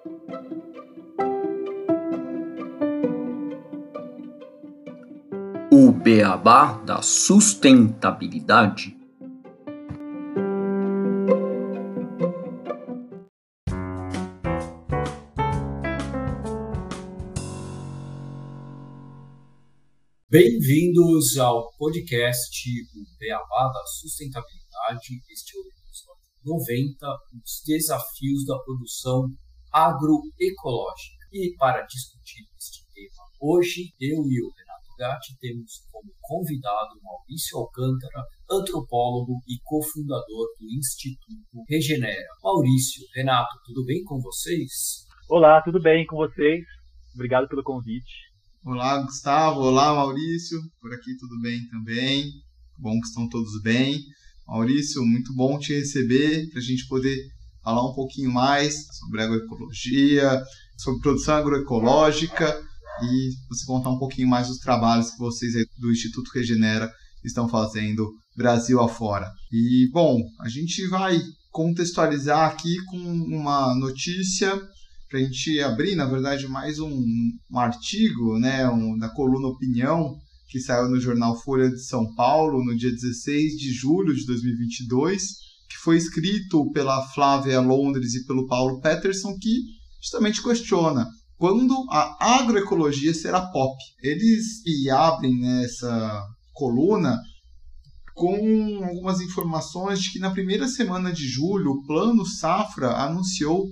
O beabá da sustentabilidade. Bem-vindos ao podcast O Beabá da Sustentabilidade. Este é o episódio 90, os desafios da produção agroecológica. E para discutir este tema hoje, eu e o Renato Gatti temos como convidado Maurício Alcântara, antropólogo e cofundador do Instituto Regenera. Maurício, Renato, tudo bem com vocês? Olá, tudo bem com vocês? Obrigado pelo convite. Olá, Gustavo. Olá, Maurício. Por aqui tudo bem também. Bom que estão todos bem. Maurício, muito bom te receber para a gente poder falar um pouquinho mais sobre agroecologia, sobre produção agroecológica e você contar um pouquinho mais dos trabalhos que vocês aí do Instituto Regenera estão fazendo Brasil afora. E, bom, a gente vai contextualizar aqui com uma notícia para a gente abrir, na verdade, mais um artigo, né, da coluna Opinião, que saiu no jornal Folha de São Paulo no dia 16 de julho de 2022, que foi escrito pela Flávia Londres e pelo Paulo Peterson, que justamente questiona quando a agroecologia será pop. Eles abrem essa coluna com algumas informações de que na primeira semana de julho o Plano Safra anunciou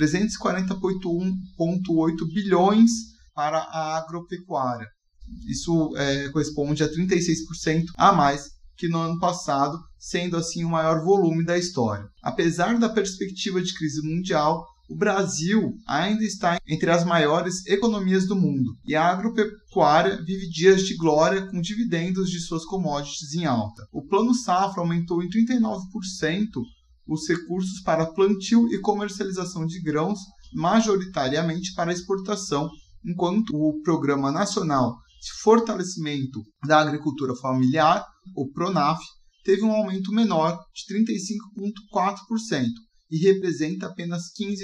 340,8 bilhões para a agropecuária. Isso corresponde a 36% a mais que no ano passado, sendo assim o maior volume da história. Apesar da perspectiva de crise mundial, o Brasil ainda está entre as maiores economias do mundo e a agropecuária vive dias de glória com dividendos de suas commodities em alta. O Plano Safra aumentou em 39% os recursos para plantio e comercialização de grãos, majoritariamente para exportação, enquanto o Programa Nacional de Fortalecimento da Agricultura Familiar, o PRONAF, teve um aumento menor de 35,4% e representa apenas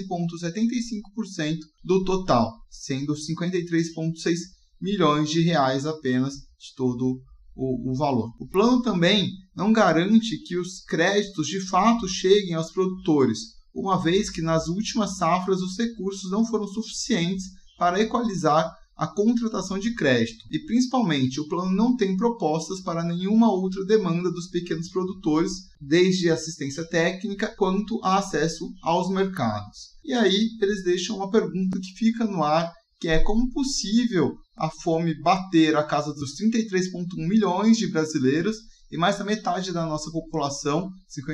15,75% do total, sendo 53,6 milhões de reais apenas de todo o valor. O plano também não garante que os créditos de fato cheguem aos produtores, uma vez que nas últimas safras os recursos não foram suficientes para equalizar a contratação de crédito. E principalmente o plano não tem propostas para nenhuma outra demanda dos pequenos produtores, desde assistência técnica quanto a acesso aos mercados. E aí eles deixam uma pergunta que fica no ar, que é como possível a fome bater a casa dos 33,1 milhões de brasileiros e mais da metade da nossa população,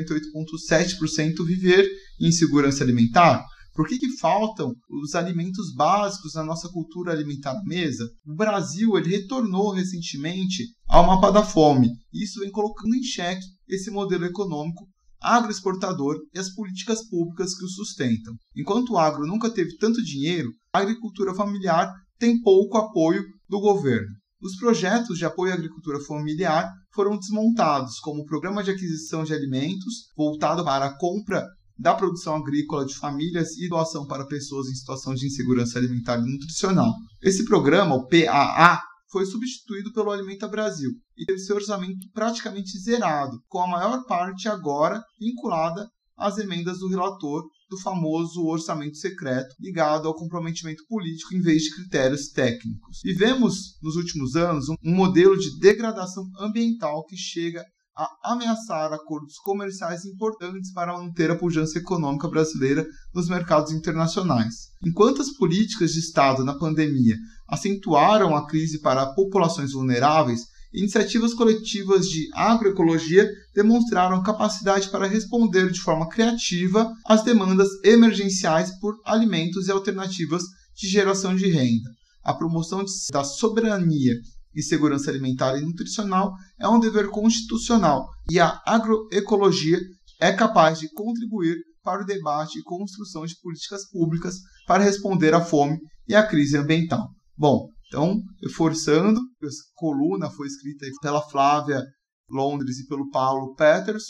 58,7%, viver em insegurança alimentar? Por que faltam os alimentos básicos na nossa cultura alimentar à mesa? O Brasil ele retornou recentemente ao mapa da fome. Isso vem colocando em xeque esse modelo econômico agroexportador e as políticas públicas que o sustentam. Enquanto o agro nunca teve tanto dinheiro, a agricultura familiar tem pouco apoio do governo. Os projetos de apoio à agricultura familiar foram desmontados, como o Programa de Aquisição de Alimentos, voltado para a compra da produção agrícola de famílias e doação para pessoas em situação de insegurança alimentar e nutricional. Esse programa, o PAA, foi substituído pelo Alimenta Brasil e teve seu orçamento praticamente zerado, com a maior parte agora vinculada às emendas do relator do famoso orçamento secreto, ligado ao comprometimento político em vez de critérios técnicos. Vivemos, nos últimos anos, um modelo de degradação ambiental que chega a ameaçar acordos comerciais importantes para manter a pujança econômica brasileira nos mercados internacionais. Enquanto as políticas de Estado na pandemia acentuaram a crise para populações vulneráveis, iniciativas coletivas de agroecologia demonstraram capacidade para responder de forma criativa às demandas emergenciais por alimentos e alternativas de geração de renda. A promoção da soberania e segurança alimentar e nutricional é um dever constitucional e a agroecologia é capaz de contribuir para o debate e construção de políticas públicas para responder à fome e à crise ambiental. Bom, então, reforçando, essa coluna foi escrita pela Flávia Londres e pelo Paulo Peterson,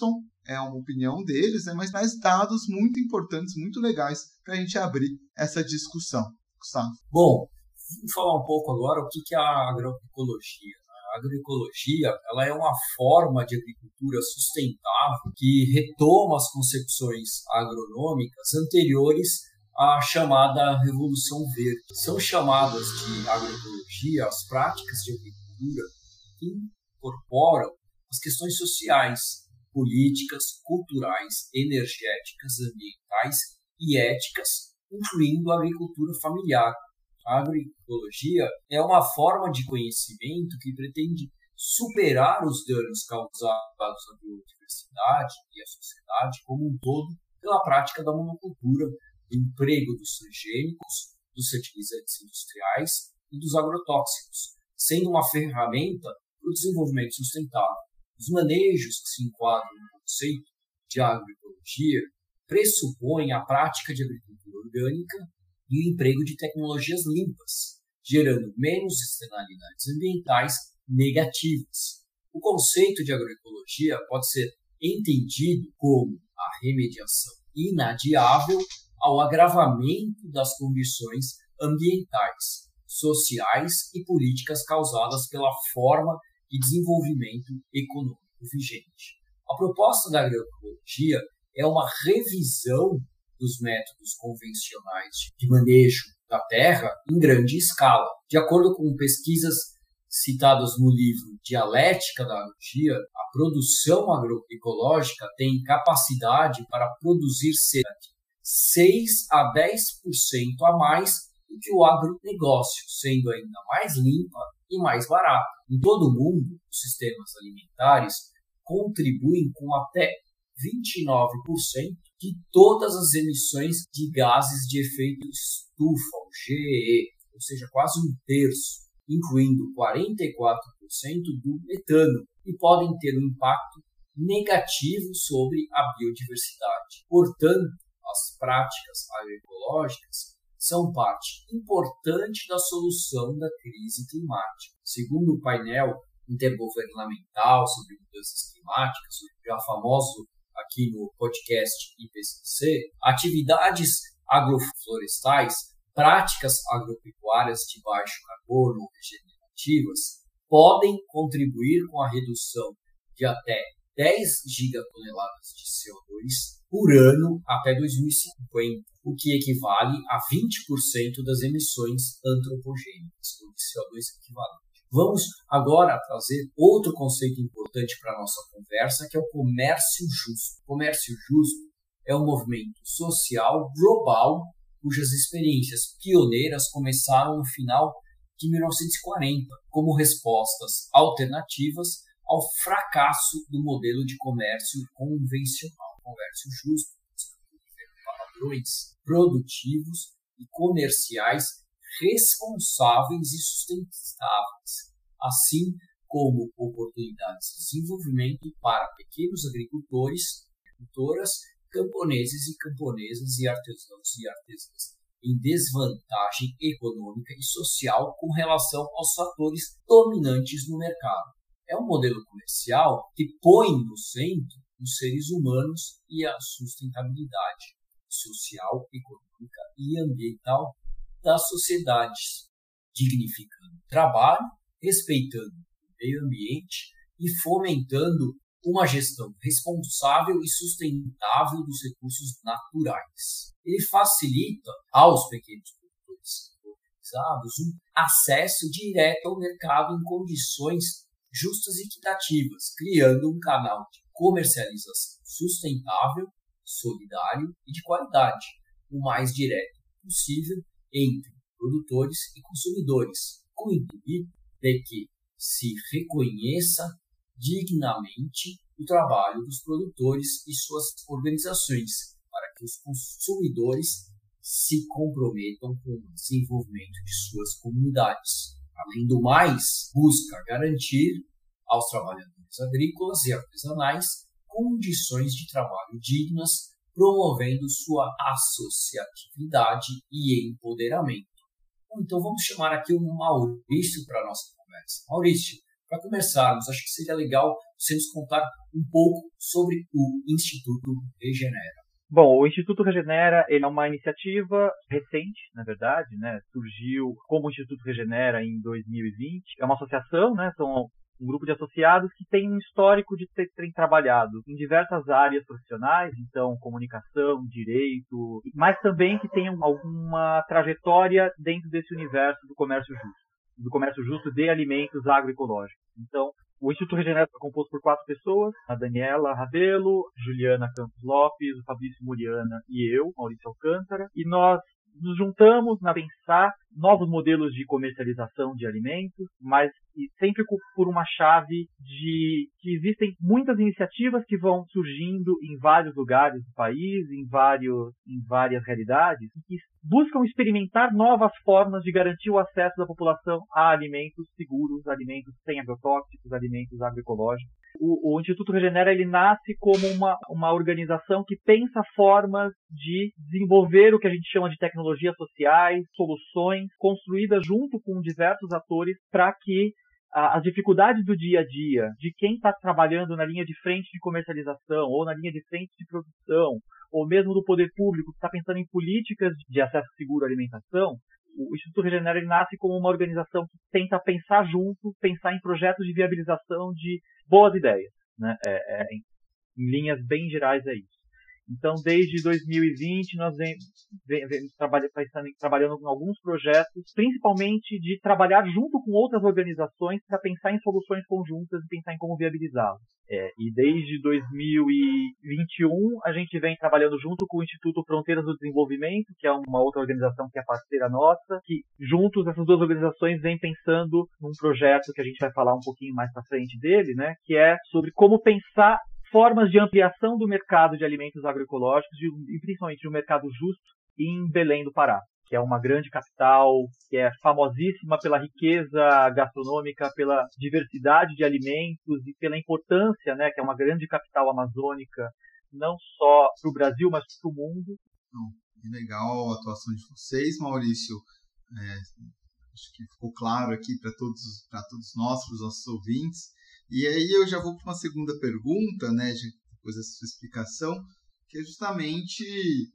é uma opinião deles, né? Mas traz dados muito importantes, muito legais para a gente abrir essa discussão. Gustavo. Bom, vamos falar um pouco agora o que é a agroecologia. A agroecologia, ela é uma forma de agricultura sustentável que retoma as concepções agronômicas anteriores à chamada Revolução Verde. São chamadas de agroecologia as práticas de agricultura que incorporam as questões sociais, políticas, culturais, energéticas, ambientais e éticas, incluindo a agricultura familiar. A agroecologia é uma forma de conhecimento que pretende superar os danos causados à biodiversidade e à sociedade como um todo pela prática da monocultura, do emprego dos transgênicos, dos fertilizantes industriais e dos agrotóxicos, sendo uma ferramenta para o desenvolvimento sustentável. Os manejos que se enquadram no conceito de agroecologia pressupõem a prática de agricultura orgânica e o emprego de tecnologias limpas, gerando menos externalidades ambientais negativas. O conceito de agroecologia pode ser entendido como a remediação inadiável ao agravamento das condições ambientais, sociais e políticas causadas pela forma de desenvolvimento econômico vigente. A proposta da agroecologia é uma revisão dos métodos convencionais de manejo da terra em grande escala. De acordo com pesquisas citadas no livro Dialética da Agroecologia, a produção agroecológica tem capacidade para produzir cerca de 6 a 10% a mais do que o agronegócio, sendo ainda mais limpa e mais barata. Em todo o mundo, os sistemas alimentares contribuem com até 29% de todas as emissões de gases de efeito estufa, o GE, ou seja, quase um terço, incluindo 44% do metano, e podem ter um impacto negativo sobre a biodiversidade. Portanto, as práticas agroecológicas são parte importante da solução da crise climática. Segundo o painel intergovernamental sobre mudanças climáticas, já famoso aqui no podcast IPCC, atividades agroflorestais, práticas agropecuárias de baixo carbono ou regenerativas, podem contribuir com a redução de até 10 gigatoneladas de CO2 por ano até 2050, o que equivale a 20% das emissões antropogênicas, ou de CO2 equivalente. Vamos agora trazer outro conceito importante para a nossa conversa, que é o comércio justo. O comércio justo é um movimento social global cujas experiências pioneiras começaram no final de 1940, como respostas alternativas ao fracasso do modelo de comércio convencional. O comércio justo, padrões produtivos e comerciais responsáveis e sustentáveis, assim como oportunidades de desenvolvimento para pequenos agricultores, agricultoras, camponeses e camponesas e artesãos e artesãs em desvantagem econômica e social com relação aos fatores dominantes no mercado. É um modelo comercial que põe no centro os seres humanos e a sustentabilidade social, econômica e ambiental das sociedades, dignificando o trabalho, respeitando o meio ambiente e fomentando uma gestão responsável e sustentável dos recursos naturais. Ele facilita aos pequenos produtores organizados um acesso direto ao mercado em condições justas e equitativas, criando um canal de comercialização sustentável, solidário e de qualidade, o mais direto possível entre produtores e consumidores, com o intuito de que se reconheça dignamente o trabalho dos produtores e suas organizações, para que os consumidores se comprometam com o desenvolvimento de suas comunidades. Além do mais, busca garantir aos trabalhadores agrícolas e artesanais condições de trabalho dignas, promovendo sua associatividade e empoderamento. Então vamos chamar aqui o Maurício para a nossa conversa. Maurício, para começarmos, acho que seria legal você nos contar um pouco sobre o Instituto Regenera. Bom, o Instituto Regenera ele é uma iniciativa recente, na verdade, né? Surgiu como o Instituto Regenera em 2020. É uma associação, né? São um grupo de associados que tem um histórico de terem trabalhado em diversas áreas profissionais, então comunicação, direito, mas também que tenham alguma trajetória dentro desse universo do comércio justo de alimentos agroecológicos. Então, o Instituto Regenera é composto por 4 pessoas, a Daniela Rabelo, Juliana Campos Lopes, o Fabrício Muriana e eu, Maurício Alcântara, e nós nos juntamos a pensar novos modelos de comercialização de alimentos, mas sempre por uma chave de que existem muitas iniciativas que vão surgindo em vários lugares do país, em várias realidades, e que buscam experimentar novas formas de garantir o acesso da população a alimentos seguros, alimentos sem agrotóxicos, alimentos agroecológicos. O Instituto Regenera ele nasce como uma organização que pensa formas de desenvolver o que a gente chama de tecnologias sociais, soluções construídas junto com diversos atores para que as dificuldades do dia a dia de quem está trabalhando na linha de frente de comercialização ou na linha de frente de produção, ou mesmo do poder público que está pensando em políticas de acesso seguro à alimentação, o Instituto Regenera ele nasce como uma organização que tenta pensar junto, pensar em projetos de viabilização de boas ideias, né? Em linhas bem gerais é isso. Então, desde 2020, nós vemos trabalhando com alguns projetos, principalmente de trabalhar junto com outras organizações para pensar em soluções conjuntas e pensar em como viabilizá-las. E desde 2021, a gente vem trabalhando junto com o Instituto Fronteiras do Desenvolvimento, que é uma outra organização que é parceira nossa, que juntos essas duas organizações vêm pensando num projeto que a gente vai falar um pouquinho mais para frente dele, né, que é sobre como pensar formas de ampliação do mercado de alimentos agroecológicos e principalmente de um mercado justo em Belém do Pará, que é uma grande capital, que é famosíssima pela riqueza gastronômica, pela diversidade de alimentos e pela importância, né, que é uma grande capital amazônica, não só para o Brasil, mas para o mundo. É legal a atuação de vocês, Maurício. Acho que ficou claro aqui para todos nós, para os nossos ouvintes. E aí eu já vou para uma segunda pergunta, né, depois dessa sua explicação, que é justamente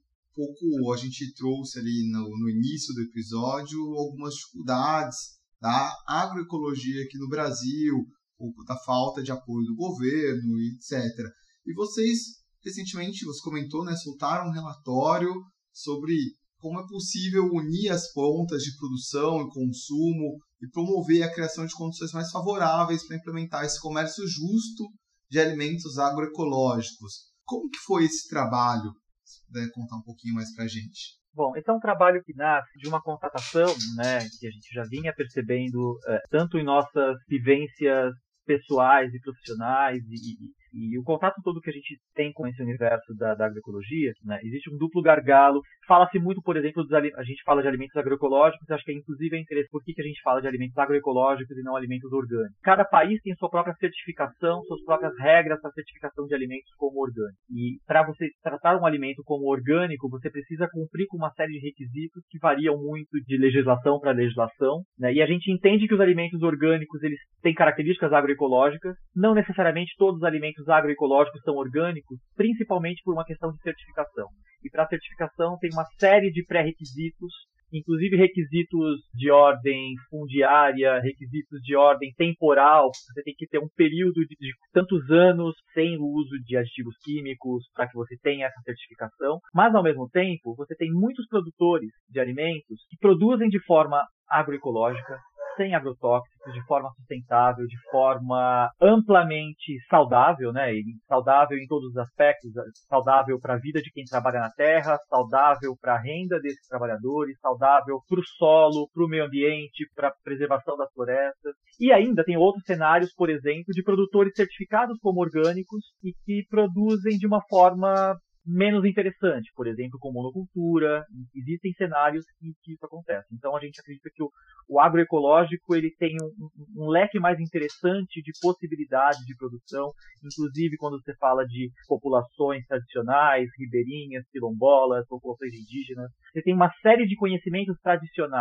pouco a gente trouxe ali no início do episódio algumas dificuldades da agroecologia aqui no Brasil, um pouco da falta de apoio do governo, etc. E vocês, recentemente, você comentou, né, soltaram um relatório sobre como é possível unir as pontas de produção e consumo e promover a criação de condições mais favoráveis para implementar esse comércio justo de alimentos agroecológicos. Como que foi esse trabalho? Se puder contar um pouquinho mais para a gente. Bom, esse é um trabalho que nasce de uma constatação, né, que a gente já vinha percebendo tanto em nossas vivências pessoais e profissionais e o contato todo que a gente tem com esse universo da agroecologia, né, existe um duplo gargalo. Fala-se muito, por exemplo, a gente fala de alimentos agroecológicos, acho que inclusive é interessante por que a gente fala de alimentos agroecológicos e não alimentos orgânicos. Cada país tem sua própria certificação, suas próprias regras para certificação de alimentos como orgânicos. E para você tratar um alimento como orgânico, você precisa cumprir com uma série de requisitos que variam muito de legislação para legislação, né? E a gente entende que os alimentos orgânicos eles têm características agroecológicas, não necessariamente todos os alimentos agroecológicos são orgânicos, principalmente por uma questão de certificação. E para a certificação tem uma série de pré-requisitos, inclusive requisitos de ordem fundiária, requisitos de ordem temporal. Você tem que ter um período de tantos anos sem o uso de aditivos químicos para que você tenha essa certificação. Mas, ao mesmo tempo, você tem muitos produtores de alimentos que produzem de forma agroecológica, sem agrotóxicos, de forma sustentável, de forma amplamente saudável, né? E saudável em todos os aspectos, saudável para a vida de quem trabalha na terra, saudável para a renda desses trabalhadores, saudável para o solo, para o meio ambiente, para a preservação das florestas. E ainda tem outros cenários, por exemplo, de produtores certificados como orgânicos e que produzem de uma forma menos interessante, por exemplo, com monocultura. Existem cenários em que isso acontece. Então a gente acredita que o agroecológico ele tem um leque mais interessante de possibilidades de produção, inclusive quando você fala de populações tradicionais, ribeirinhas, quilombolas, populações indígenas. Você tem uma série de conhecimentos tradicionais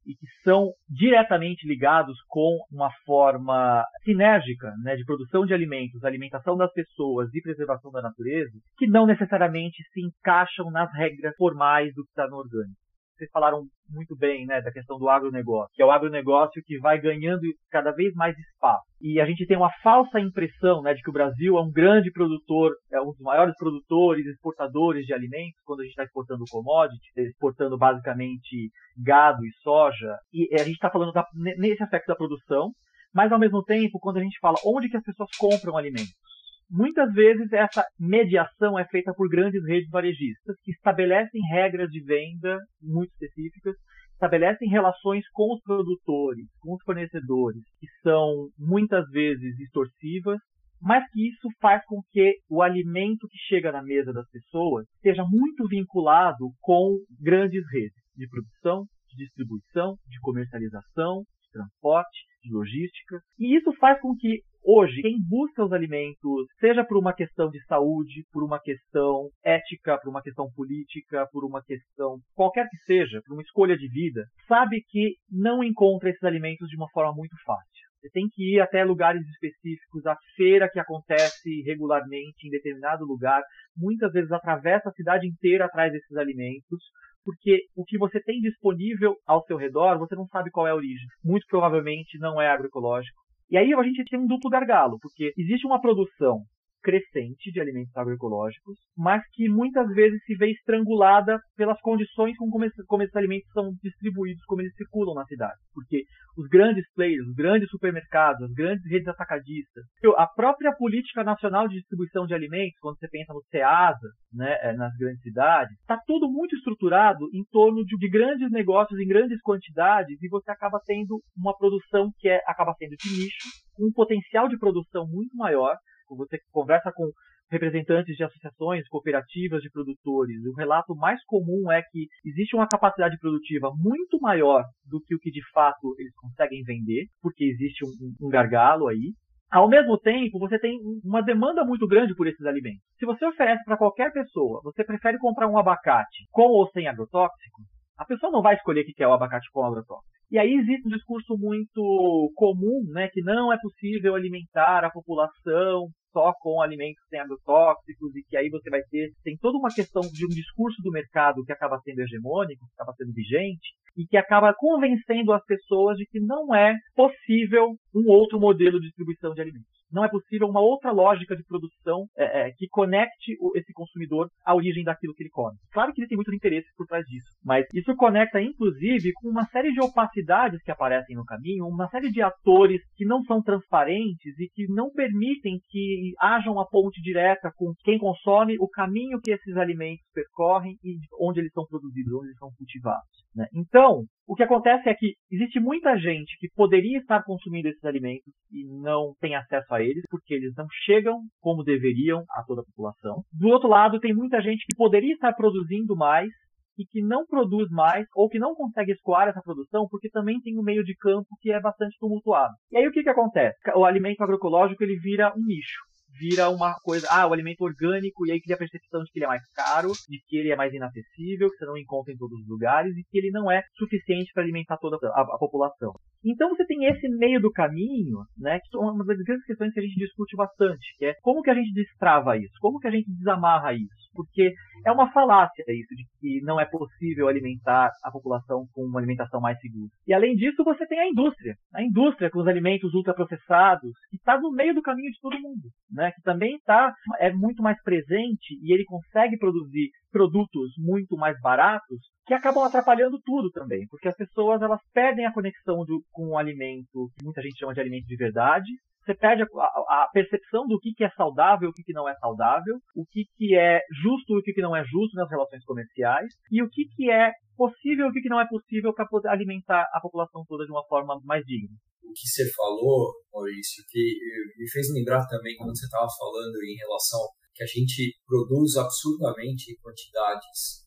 e que são diretamente ligados com uma forma sinérgica, né, de produção de alimentos, alimentação das pessoas e preservação da natureza, que não necessariamente se encaixam nas regras formais do que está no orgânico. Vocês falaram muito bem, né, da questão do agronegócio, que é o agronegócio que vai ganhando cada vez mais espaço. E a gente tem uma falsa impressão, né, de que o Brasil é um grande produtor, é um dos maiores produtores, exportadores de alimentos, quando a gente está exportando commodity, exportando basicamente gado e soja. E a gente está falando nesse aspecto da produção, mas ao mesmo tempo, quando a gente fala onde que as pessoas compram alimentos, muitas vezes essa mediação é feita por grandes redes varejistas que estabelecem regras de venda muito específicas, estabelecem relações com os produtores, com os fornecedores, que são muitas vezes distorcivas, mas que isso faz com que o alimento que chega na mesa das pessoas esteja muito vinculado com grandes redes de produção, de distribuição, de comercialização, de transporte, de logística. E isso faz com que hoje, quem busca os alimentos, seja por uma questão de saúde, por uma questão ética, por uma questão política, por uma questão qualquer que seja, por uma escolha de vida, sabe que não encontra esses alimentos de uma forma muito fácil. Você tem que ir até lugares específicos, a feira que acontece regularmente em determinado lugar, muitas vezes atravessa a cidade inteira atrás desses alimentos, porque o que você tem disponível ao seu redor, você não sabe qual é a origem. Muito provavelmente não é agroecológico. E aí a gente tem um duplo gargalo, porque existe uma produção crescente de alimentos agroecológicos, mas que muitas vezes se vê estrangulada pelas condições como esses alimentos são distribuídos, como eles circulam na cidade. Porque os grandes players, os grandes supermercados, as grandes redes atacadistas, a própria política nacional de distribuição de alimentos, quando você pensa no SEASA, né, nas grandes cidades, está tudo muito estruturado em torno de grandes negócios em grandes quantidades, e você acaba tendo uma produção que acaba sendo de nicho, um potencial de produção muito maior. Você conversa com representantes de associações, cooperativas de produtores, o relato mais comum é que existe uma capacidade produtiva muito maior do que o que de fato eles conseguem vender, porque existe um gargalo aí. Ao mesmo tempo, você tem uma demanda muito grande por esses alimentos. Se você oferece para qualquer pessoa, você prefere comprar um abacate com ou sem agrotóxico, a pessoa não vai escolher que quer o abacate com agrotóxico. E aí existe um discurso muito comum, né, que não é possível alimentar a população só com alimentos sem agrotóxicos, e que aí você tem toda uma questão de um discurso do mercado que acaba sendo hegemônico, que acaba sendo vigente, e que acaba convencendo as pessoas de que não é possível um outro modelo de distribuição de alimentos. Não é possível uma outra lógica de produção que conecte esse consumidor à origem daquilo que ele come. Claro que ele tem muitos interesses por trás disso, mas isso conecta, inclusive, com uma série de opacidades que aparecem no caminho, uma série de atores que não são transparentes e que não permitem que haja uma ponte direta com quem consome, o caminho que esses alimentos percorrem e onde eles são produzidos, onde eles são cultivados, né? Então, o que acontece é que existe muita gente que poderia estar consumindo esses alimentos e não tem acesso a eles, porque eles não chegam como deveriam a toda a população. Do outro lado, tem muita gente que poderia estar produzindo mais e que não produz mais, ou que não consegue escoar essa produção, porque também tem um meio de campo que é bastante tumultuado. E aí o que acontece? O alimento agroecológico ele vira um nicho. Vira uma coisa, o alimento orgânico, e aí cria a percepção de que ele é mais caro, de que ele é mais inacessível, que você não encontra em todos os lugares, e que ele não é suficiente para alimentar toda a população. Então você tem esse meio do caminho, né, que é uma das grandes questões que a gente discute bastante, que é como que a gente destrava isso, como que a gente desamarra isso, porque é uma falácia isso, de que não é possível alimentar a população com uma alimentação mais segura. E além disso, você tem a indústria com os alimentos ultraprocessados, que está no meio do caminho de todo mundo, né, que também é muito mais presente, e ele consegue produzir produtos muito mais baratos que acabam atrapalhando tudo também, porque as pessoas elas perdem a conexão com o alimento, que muita gente chama de alimento de verdade. Você perde a percepção do que é saudável, o que não é saudável, o que é justo e o que não é justo nas relações comerciais, e o que é possível e o que não é possível para poder alimentar a população toda de uma forma mais digna. O que você falou, Maurício, que me fez lembrar também quando você estava falando em relação que a gente produz absurdamente quantidades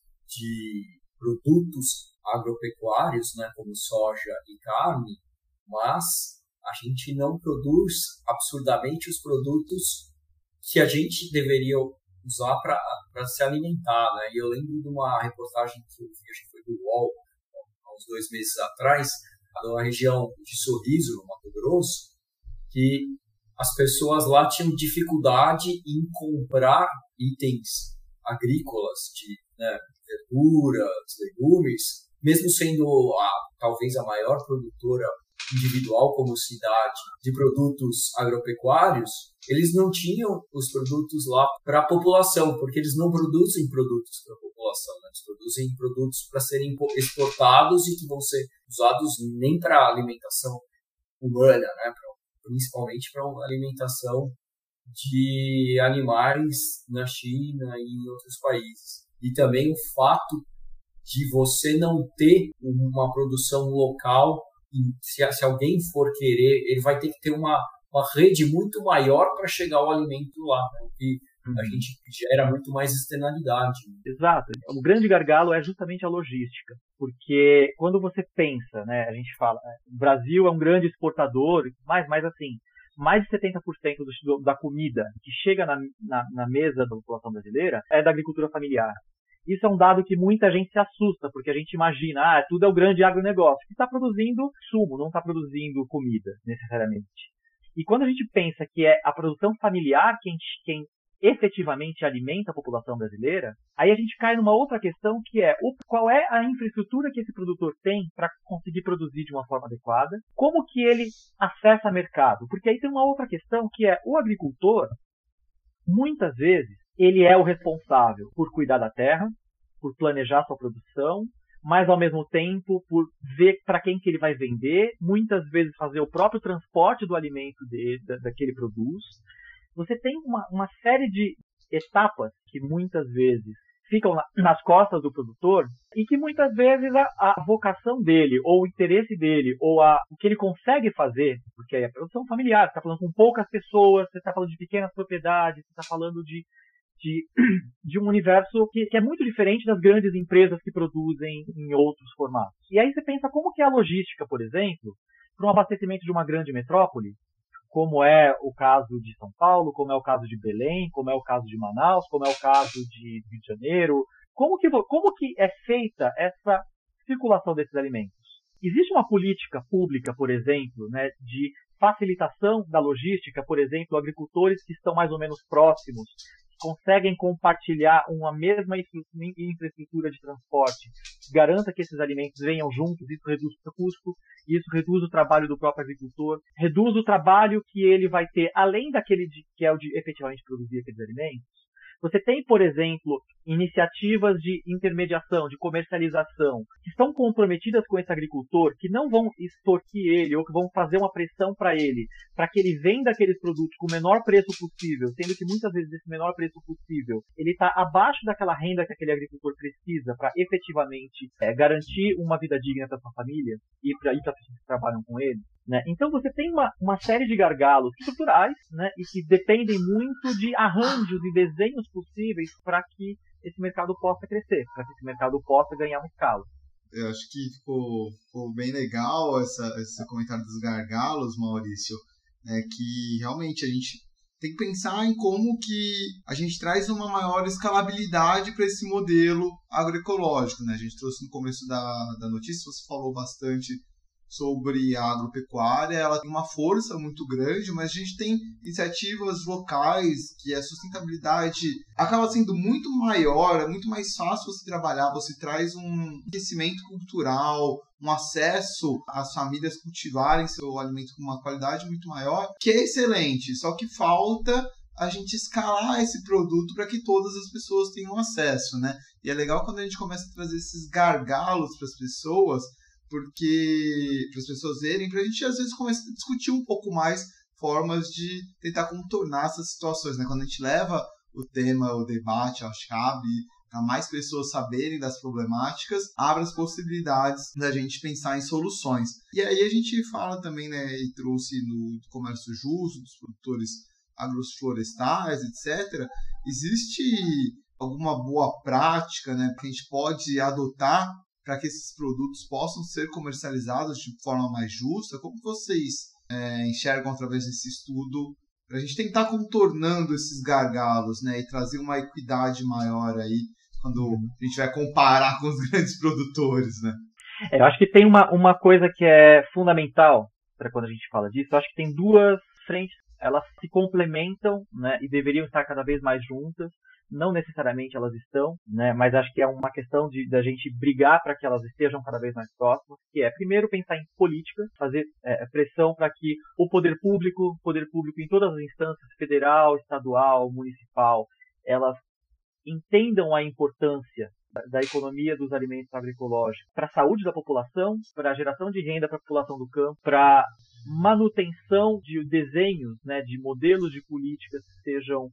de produtos agropecuários, né, como soja e carne, mas a gente não produz absurdamente os produtos que a gente deveria usar para se alimentar, né? E eu lembro de uma reportagem que eu vi, acho que foi do UOL, há uns 2 meses atrás, numa região de Sorriso, no Mato Grosso, que as pessoas lá tinham dificuldade em comprar itens agrícolas, de verduras, legumes, mesmo sendo talvez a maior produtora individual como cidade de produtos agropecuários, eles não tinham os produtos lá para a população, porque eles não produzem produtos para a população, né? Eles produzem produtos para serem exportados e que vão ser usados nem para alimentação humana, né? Principalmente para alimentação de animais na China e em outros países. E também o fato de você não ter uma produção local, se alguém for querer, ele vai ter que ter uma rede muito maior para chegar ao alimento lá, né? E a gente gera muito mais externalidade. Exato. O grande gargalo é justamente a logística, porque quando você pensa, né, a gente fala, o Brasil é um grande exportador, mas assim, mais de 70% da comida que chega na mesa da população brasileira é da agricultura familiar. Isso é um dado que muita gente se assusta, porque a gente imagina, tudo é o grande agronegócio, que está produzindo sumo, não está produzindo comida, necessariamente. E quando a gente pensa que é a produção familiar quem efetivamente alimenta a população brasileira, aí a gente cai numa outra questão que é qual é a infraestrutura que esse produtor tem para conseguir produzir de uma forma adequada, como que ele acessa mercado, porque aí tem uma outra questão que é o agricultor, muitas vezes, ele é o responsável por cuidar da terra, por planejar sua produção, mas ao mesmo tempo por ver para quem que ele vai vender, muitas vezes fazer o próprio transporte do alimento que ele produz. Você tem uma série de etapas que muitas vezes ficam nas costas do produtor e que muitas vezes a vocação dele, ou o interesse dele, ou o que ele consegue fazer, porque é a produção familiar, você está falando com poucas pessoas, você está falando de pequenas propriedades, você está falando de um universo que é muito diferente das grandes empresas que produzem em outros formatos. E aí você pensa como que é a logística, por exemplo, para um abastecimento de uma grande metrópole, como é o caso de São Paulo, como é o caso de Belém, como é o caso de Manaus, como é o caso de Rio de Janeiro. Como que é feita essa circulação desses alimentos? Existe uma política pública, por exemplo, né, de facilitação da logística, por exemplo, agricultores que estão mais ou menos próximos, conseguem compartilhar uma mesma infraestrutura de transporte que garanta que esses alimentos venham juntos, isso reduz o custo, isso reduz o trabalho do próprio agricultor, reduz o trabalho que ele vai ter, além daquele que é o de efetivamente produzir aqueles alimentos. Você tem, por exemplo, iniciativas de intermediação, de comercialização, que estão comprometidas com esse agricultor, que não vão extorquir ele ou que vão fazer uma pressão para ele que ele venda aqueles produtos com o menor preço possível, sendo que muitas vezes esse menor preço possível ele está abaixo daquela renda que aquele agricultor precisa para efetivamente garantir uma vida digna para sua família e para as pessoas que trabalham com ele. Né? Então você tem uma série de gargalos estruturais, né, e que dependem muito de arranjos e desenhos possíveis para que esse mercado possa crescer, para que esse mercado possa ganhar uma escala. Eu acho que ficou bem legal esse comentário dos gargalos, Maurício, que realmente a gente tem que pensar em como que a gente traz uma maior escalabilidade para esse modelo agroecológico. Né? A gente trouxe no começo da notícia, você falou bastante sobre a agropecuária, ela tem uma força muito grande, mas a gente tem iniciativas locais que a sustentabilidade acaba sendo muito maior, é muito mais fácil você trabalhar, você traz um aquecimento cultural, um acesso às famílias cultivarem seu alimento com uma qualidade muito maior, que é excelente, só que falta a gente escalar esse produto para que todas as pessoas tenham acesso, né? E é legal quando a gente começa a trazer esses gargalos para as pessoas, porque para as pessoas verem, para a gente às vezes começar a discutir um pouco mais formas de tentar contornar essas situações, né? Quando a gente leva o tema, o debate, acho que abre para mais pessoas saberem das problemáticas, abre as possibilidades da gente pensar em soluções. E aí a gente fala também, né, e trouxe no comércio justo, dos produtores agroflorestais, etc. Existe alguma boa prática, né, que a gente pode adotar para que esses produtos possam ser comercializados de forma mais justa? Como vocês enxergam através desse estudo para a gente tentar contornando esses gargalos, né, e trazer uma equidade maior aí quando a gente vai comparar com os grandes produtores, né? Eu acho que tem uma coisa que é fundamental para quando a gente fala disso. Eu acho que tem duas frentes, elas se complementam, né, e deveriam estar cada vez mais juntas. Não necessariamente elas estão, né, mas acho que é uma questão da gente brigar para que elas estejam cada vez mais próximas, que é, primeiro, pensar em política, fazer pressão para que o poder público em todas as instâncias, federal, estadual, municipal, elas entendam a importância da economia dos alimentos agroecológicos para a saúde da população, para a geração de renda para a população do campo, para manutenção de desenhos, né, de modelos de políticas que sejam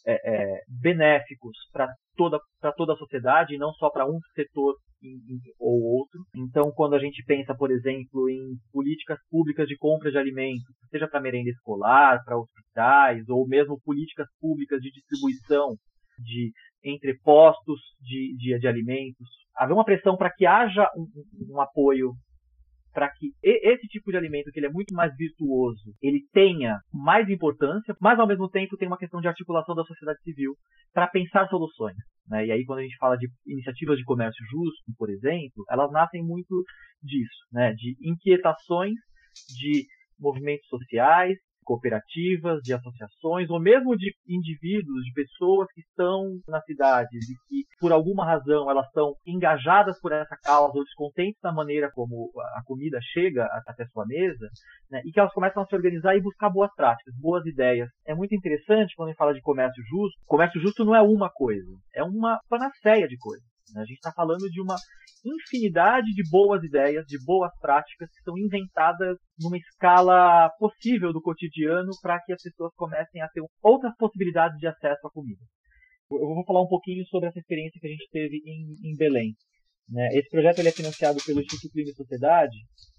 benéficos para toda a sociedade e não só para um setor ou outro. Então, quando a gente pensa, por exemplo, em políticas públicas de compra de alimentos, seja para merenda escolar, para hospitais, ou mesmo políticas públicas de distribuição de entrepostos de alimentos, haver uma pressão para que haja um apoio para que esse tipo de alimento, que ele é muito mais virtuoso, ele tenha mais importância, mas ao mesmo tempo tem uma questão de articulação da sociedade civil para pensar soluções, né? E aí quando a gente fala de iniciativas de comércio justo, por exemplo, elas nascem muito disso, né? De inquietações de movimentos sociais, cooperativas, de associações, ou mesmo de indivíduos, de pessoas que estão nas cidades e que, por alguma razão, elas estão engajadas por essa causa ou descontentes da maneira como a comida chega até sua mesa, né, e que elas começam a se organizar e buscar boas práticas, boas ideias. É muito interessante quando a gente fala de comércio justo. Comércio justo não é uma coisa, é uma panaceia de coisas. A gente está falando de uma infinidade de boas ideias, de boas práticas que são inventadas numa escala possível do cotidiano para que as pessoas comecem a ter outras possibilidades de acesso à comida. Eu vou falar um pouquinho sobre essa experiência que a gente teve em Belém, né? Esse projeto ele é financiado pelo Instituto Clima e Sociedade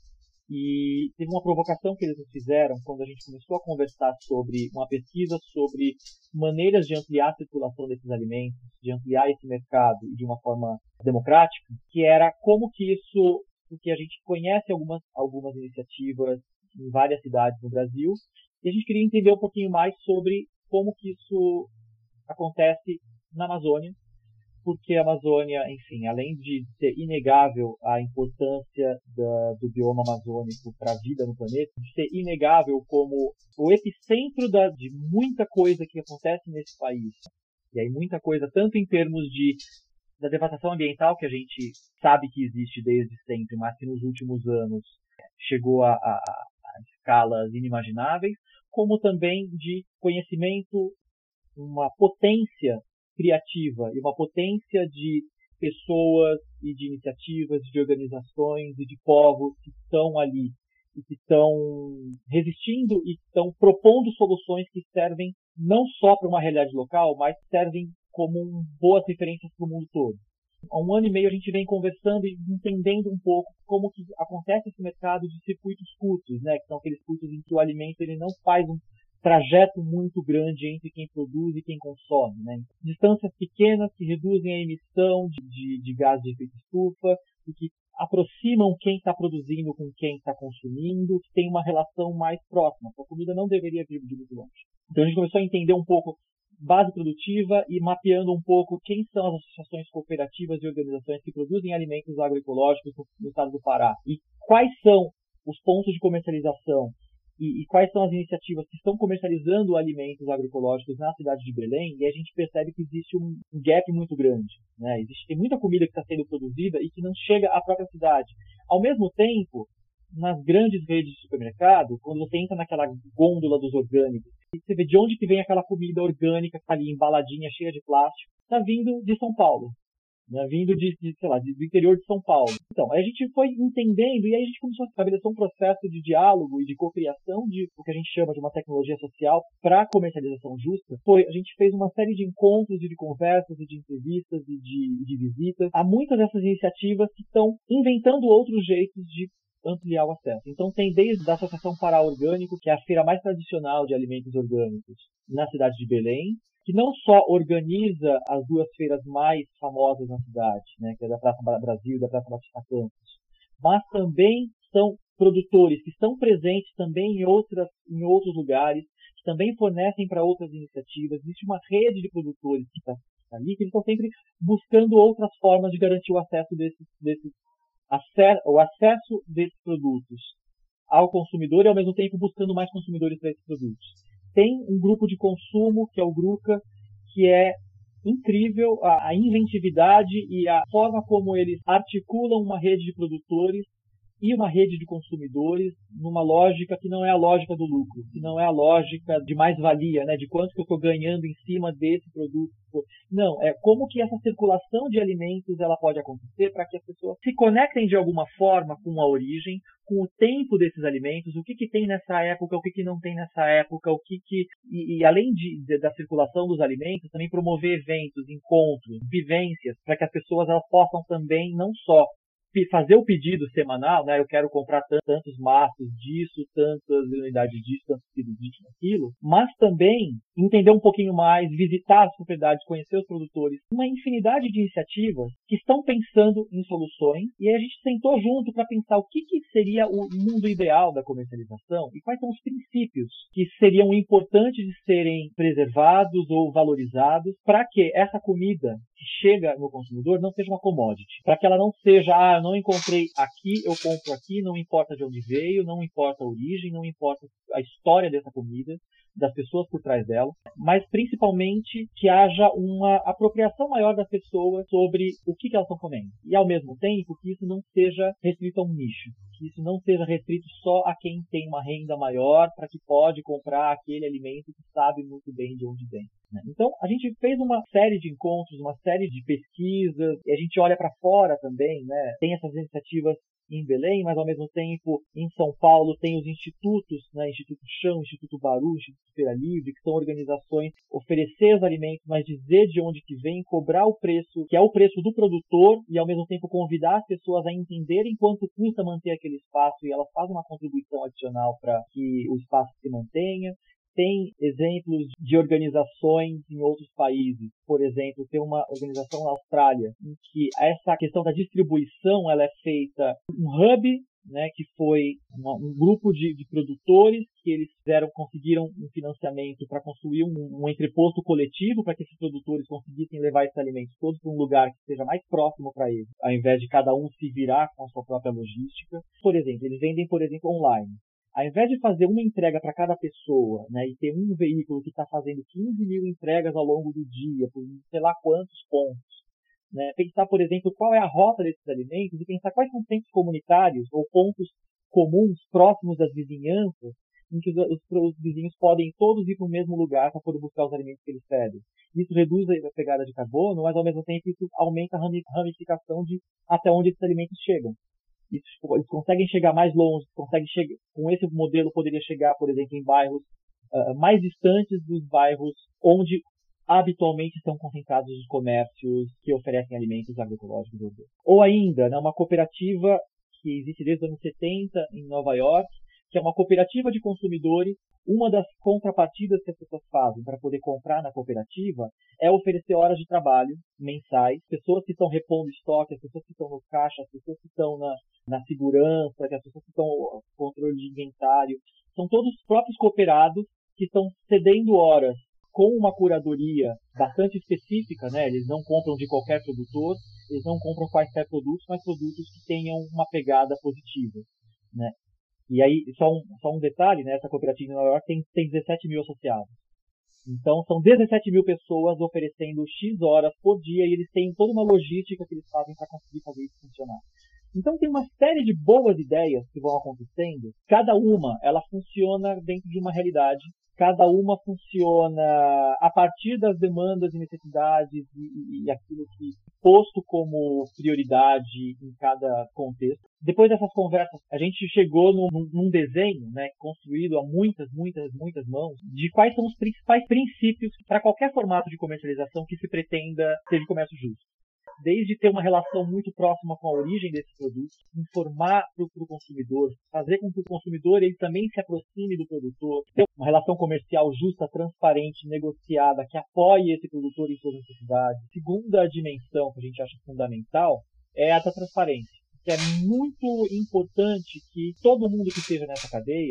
e teve uma provocação que eles nos fizeram quando a gente começou a conversar sobre uma pesquisa sobre maneiras de ampliar a circulação desses alimentos, de ampliar esse mercado de uma forma democrática, que era como que isso, porque a gente conhece algumas iniciativas em várias cidades no Brasil, e a gente queria entender um pouquinho mais sobre como que isso acontece na Amazônia, porque a Amazônia, enfim, além de ser inegável a importância do bioma amazônico para a vida no planeta, de ser inegável como o epicentro de muita coisa que acontece nesse país, e aí muita coisa tanto em termos da devastação ambiental, que a gente sabe que existe desde sempre, mas que nos últimos anos chegou a escalas inimagináveis, como também de conhecimento, uma potência criativa e uma potência de pessoas e de iniciativas, de organizações e de povos que estão ali e que estão resistindo e estão propondo soluções que servem não só para uma realidade local, mas servem como boas referências para o mundo todo. Há 1 ano e meio a gente vem conversando e entendendo um pouco como que acontece esse mercado de circuitos curtos, né? Que são aqueles circuitos em que o alimento ele não faz um trajeto muito grande entre quem produz e quem consome, né? Distâncias pequenas que reduzem a emissão de gás de efeito estufa e que aproximam quem está produzindo com quem está consumindo, que tem uma relação mais próxima. A comida não deveria vir de muito longe. Então a gente começou a entender um pouco base produtiva e mapeando um pouco quem são as associações cooperativas e organizações que produzem alimentos agroecológicos no estado do Pará e quais são os pontos de comercialização e quais são as iniciativas que estão comercializando alimentos agroecológicos na cidade de Belém, e a gente percebe que existe um gap muito grande, né? Tem muita comida que está sendo produzida e que não chega à própria cidade. Ao mesmo tempo, nas grandes redes de supermercado, quando você entra naquela gôndola dos orgânicos, e você vê de onde que vem aquela comida orgânica que está ali embaladinha, cheia de plástico, está vindo de São Paulo, né, vindo do interior de São Paulo. Então, a gente foi entendendo e aí a gente começou a estabelecer um processo de diálogo e de cocriação de o que a gente chama de uma tecnologia social para comercialização justa. A gente fez uma série de encontros e de conversas e de entrevistas e de visitas a muitas dessas iniciativas que estão inventando outros jeitos de ampliar o acesso. Então tem desde a Associação Pará Orgânico, que é a feira mais tradicional de alimentos orgânicos na cidade de Belém, que não só organiza as 2 feiras mais famosas na cidade, né, que é da Praça Brasil e da Praça Batista Campos, mas também são produtores que estão presentes também em outros lugares, que também fornecem para outras iniciativas. Existe uma rede de produtores que está ali, que eles estão sempre buscando outras formas de garantir o acesso desses o acesso desses produtos ao consumidor e, ao mesmo tempo, buscando mais consumidores para esses produtos. Tem um grupo de consumo, que é o GRUCA, que é incrível a inventividade e a forma como eles articulam uma rede de produtores e uma rede de consumidores numa lógica que não é a lógica do lucro, que não é a lógica de mais-valia, né, de quanto que eu estou ganhando em cima desse produto. Não, é como que essa circulação de alimentos ela pode acontecer para que as pessoas se conectem de alguma forma com a origem, com o tempo desses alimentos, o que tem nessa época, o que não tem nessa época, e além da circulação dos alimentos, também promover eventos, encontros, vivências, para que as pessoas elas possam também não só fazer o pedido semanal, né? Eu quero comprar tantos maços disso, tantas unidades disso, tantos quilos disso, aquilo, mas também entender um pouquinho mais, visitar as propriedades, conhecer os produtores, uma infinidade de iniciativas que estão pensando em soluções, e aí a gente sentou junto para pensar o que seria o mundo ideal da comercialização e quais são os princípios que seriam importantes de serem preservados ou valorizados para que essa comida que chega no consumidor não seja uma commodity, para que ela não seja, eu não encontrei aqui, eu compro aqui, não importa de onde veio, não importa a origem, não importa a história dessa comida, das pessoas por trás dela, mas principalmente que haja uma apropriação maior das pessoas sobre o que elas estão comendo. E ao mesmo tempo que isso não seja restrito a um nicho, que isso não seja restrito só a quem tem uma renda maior para que pode comprar aquele alimento que sabe muito bem de onde vem. Então, a gente fez uma série de encontros, uma série de pesquisas, e a gente olha para fora também, né? Tem essas iniciativas em Belém, mas ao mesmo tempo em São Paulo tem os institutos, né? Instituto Chão, Instituto Baru, Instituto Feira Livre, que são organizações oferecer os alimentos, mas dizer de onde que vem, cobrar o preço, que é o preço do produtor, e ao mesmo tempo convidar as pessoas a entenderem quanto custa manter aquele espaço, e elas fazem uma contribuição adicional para que o espaço se mantenha. Tem exemplos de organizações em outros países. Por exemplo, tem uma organização na Austrália em que essa questão da distribuição ela é feita um hub, né, que foi um grupo de produtores que eles conseguiram um financiamento para construir um entreposto coletivo para que esses produtores conseguissem levar esses alimentos todos para um lugar que seja mais próximo para eles, ao invés de cada um se virar com a sua própria logística. Por exemplo, eles vendem, online. Ao invés de fazer uma entrega para cada pessoa, né, e ter um veículo que está fazendo 15 mil entregas ao longo do dia, por sei lá quantos pontos, né, pensar, por exemplo, qual é a rota desses alimentos e pensar quais são os centros comunitários ou pontos comuns próximos das vizinhanças em que os vizinhos podem todos ir para o mesmo lugar para poder buscar os alimentos que eles pedem. Isso reduz a pegada de carbono, mas ao mesmo tempo isso aumenta a ramificação de até onde esses alimentos chegam. Eles conseguem chegar mais longe, com esse modelo poderia chegar, por exemplo, em bairros mais distantes dos bairros onde habitualmente estão concentrados os comércios que oferecem alimentos agroecológicos. Ou ainda, né, uma cooperativa que existe desde os anos 70 em Nova York, que é uma cooperativa de consumidores. Uma das contrapartidas que as pessoas fazem para poder comprar na cooperativa é oferecer horas de trabalho mensais, pessoas que estão repondo estoque, as pessoas que estão no caixa, as pessoas que estão na segurança, as pessoas que estão no controle de inventário. São todos os próprios cooperados que estão cedendo horas com uma curadoria bastante específica, né? Eles não compram de qualquer produtor, eles não compram quaisquer produtos, mas produtos que tenham uma pegada positiva, né? E aí, só um detalhe, né? Essa cooperativa em Nova York tem 17 mil associados. Então, são 17 mil pessoas oferecendo X horas por dia e eles têm toda uma logística que eles fazem para conseguir fazer isso funcionar. Então, tem uma série de boas ideias que vão acontecendo. Cada uma, ela funciona dentro de uma realidade. Cada uma funciona a partir das demandas e necessidades e aquilo que é posto como prioridade em cada contexto. Depois dessas conversas, a gente chegou num desenho, né, construído a muitas mãos, de quais são os principais princípios para qualquer formato de comercialização que se pretenda ser de comércio justo. Desde ter uma relação muito próxima com a origem desses produtos, informar para o consumidor, fazer com que o consumidor ele também se aproxime do produtor, ter uma relação comercial justa, transparente, negociada, que apoie esse produtor em suas necessidades. Segunda dimensão que a gente acha fundamental é a da transparência, que é muito importante que todo mundo que esteja nessa cadeia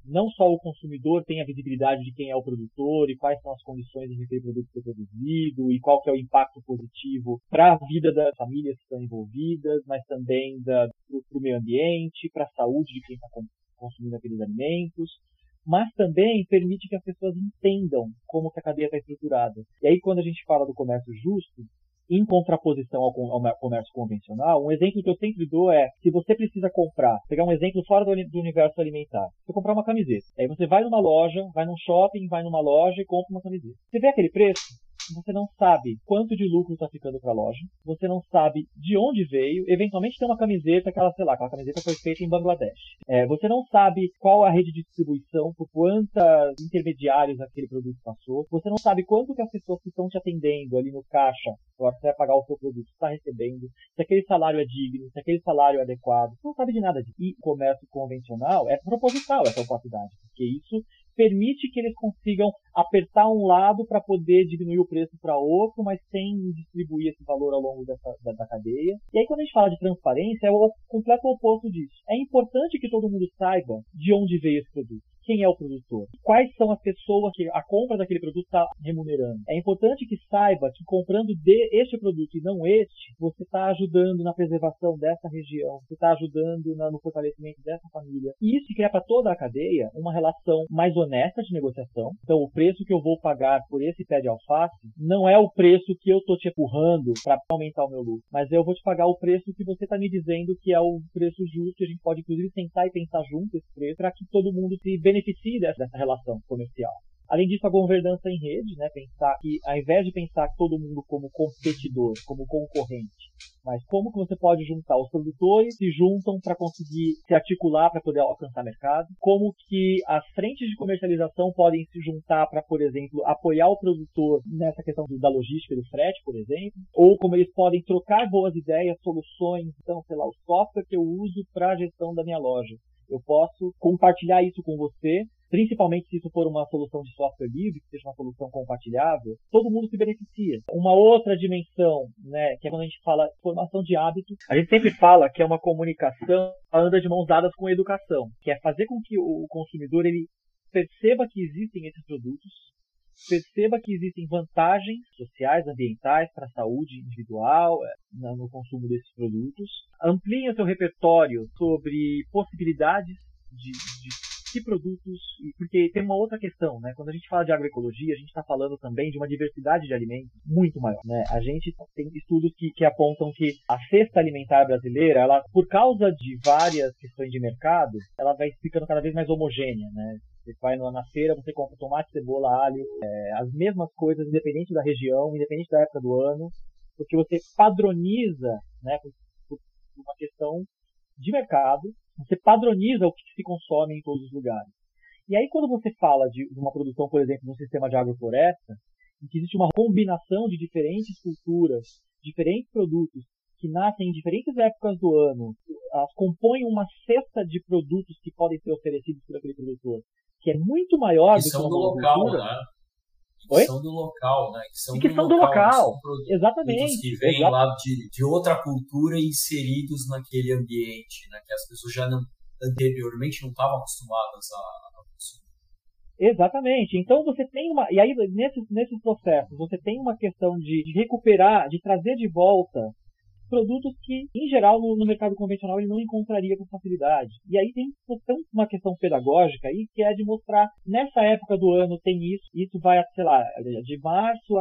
não só o consumidor tem a visibilidade de quem é o produtor e quais são as condições em que aquele produto foi produzido e qual que é o impacto positivo para a vida das famílias que estão envolvidas, mas também para o meio ambiente, para a saúde de quem está consumindo aqueles alimentos, mas também permite que as pessoas entendam como que a cadeia está estruturada. E aí, quando a gente fala do comércio justo, em contraposição ao comércio convencional, um exemplo que eu sempre dou é, se você precisa comprar, pegar um exemplo fora do universo alimentar, você comprar uma camiseta, aí você vai numa loja, vai num shopping, vai numa loja e compra uma camiseta. Você vê aquele preço? Você não sabe quanto de lucro está ficando para a loja, você não sabe de onde veio, eventualmente tem uma camiseta, aquela camiseta foi feita em Bangladesh. Você não sabe qual a rede de distribuição, por quantos intermediários aquele produto passou, você não sabe quanto que as pessoas que estão te atendendo ali no caixa, agora você vai pagar o seu produto, está recebendo, se aquele salário é digno, se aquele salário é adequado, você não sabe de nada disso. E o comércio convencional é proposital essa opacidade, porque isso permite que eles consigam apertar um lado para poder diminuir o preço para outro, mas sem distribuir esse valor ao longo da cadeia. E aí, quando a gente fala de transparência, é o completo oposto disso. É importante que todo mundo saiba de onde veio esse produto, quem é o produtor, quais são as pessoas que a compra daquele produto está remunerando. É importante que saiba que comprando este produto e não este, você está ajudando na preservação dessa região, você está ajudando no fortalecimento dessa família. E isso cria para toda a cadeia uma relação mais honesta de negociação. Então, o preço que eu vou pagar por esse pé de alface não é o preço que eu estou te empurrando para aumentar o meu lucro, mas eu vou te pagar o preço que você está me dizendo que é o preço justo, e a gente pode, inclusive, sentar e pensar junto esse preço para que todo mundo se beneficie dessa relação comercial. Além disso, a governança em rede, né, pensar que, ao invés de pensar todo mundo como competidor, como concorrente, mas como que você pode juntar os produtores se juntam para conseguir se articular para poder alcançar mercado, como que as frentes de comercialização podem se juntar para, por exemplo, apoiar o produtor nessa questão da logística do frete, por exemplo, ou como eles podem trocar boas ideias, soluções, então, sei lá, o software que eu uso para a gestão da minha loja. Eu posso compartilhar isso com você, principalmente se isso for uma solução de software livre, que seja uma solução compartilhável, todo mundo se beneficia. Uma outra dimensão, né, que é quando a gente fala formação de hábitos, a gente sempre fala que é uma comunicação que anda de mãos dadas com a educação, que é fazer com que o consumidor ele perceba que existem esses produtos, perceba que existem vantagens sociais, ambientais para a saúde individual no consumo desses produtos, amplie o seu repertório sobre possibilidades de que produtos, porque tem uma outra questão, né? Quando a gente fala de agroecologia, a gente está falando também de uma diversidade de alimentos muito maior, né? A gente tem estudos que apontam que a cesta alimentar brasileira, ela, por causa de várias questões de mercado, ela vai ficando cada vez mais homogênea, né? Você vai na feira, você compra tomate, cebola, alho, as mesmas coisas, independente da região, independente da época do ano, porque você padroniza, né, por uma questão de mercado, você padroniza o que se consome em todos os lugares. E aí, quando você fala de uma produção, por exemplo, num sistema de agrofloresta, em que existe uma combinação de diferentes culturas, diferentes produtos, que nascem em diferentes épocas do ano, elas compõem uma cesta de produtos que podem ser oferecidos por aquele produtor, que é muito maior do que uma monocultura. Né? Oi? São do local, né? Que são do local. São exatamente. Que vêm lá de outra cultura inseridos naquele ambiente, né? Que as pessoas já anteriormente não estavam acostumadas a consumir. Exatamente. Então você tem uma. E aí, nesses processos, você tem uma questão de recuperar, de trazer de volta produtos que, em geral, no mercado convencional ele não encontraria com facilidade. E aí tem uma questão pedagógica aí, que é de mostrar, nessa época do ano tem isso vai, sei lá, de março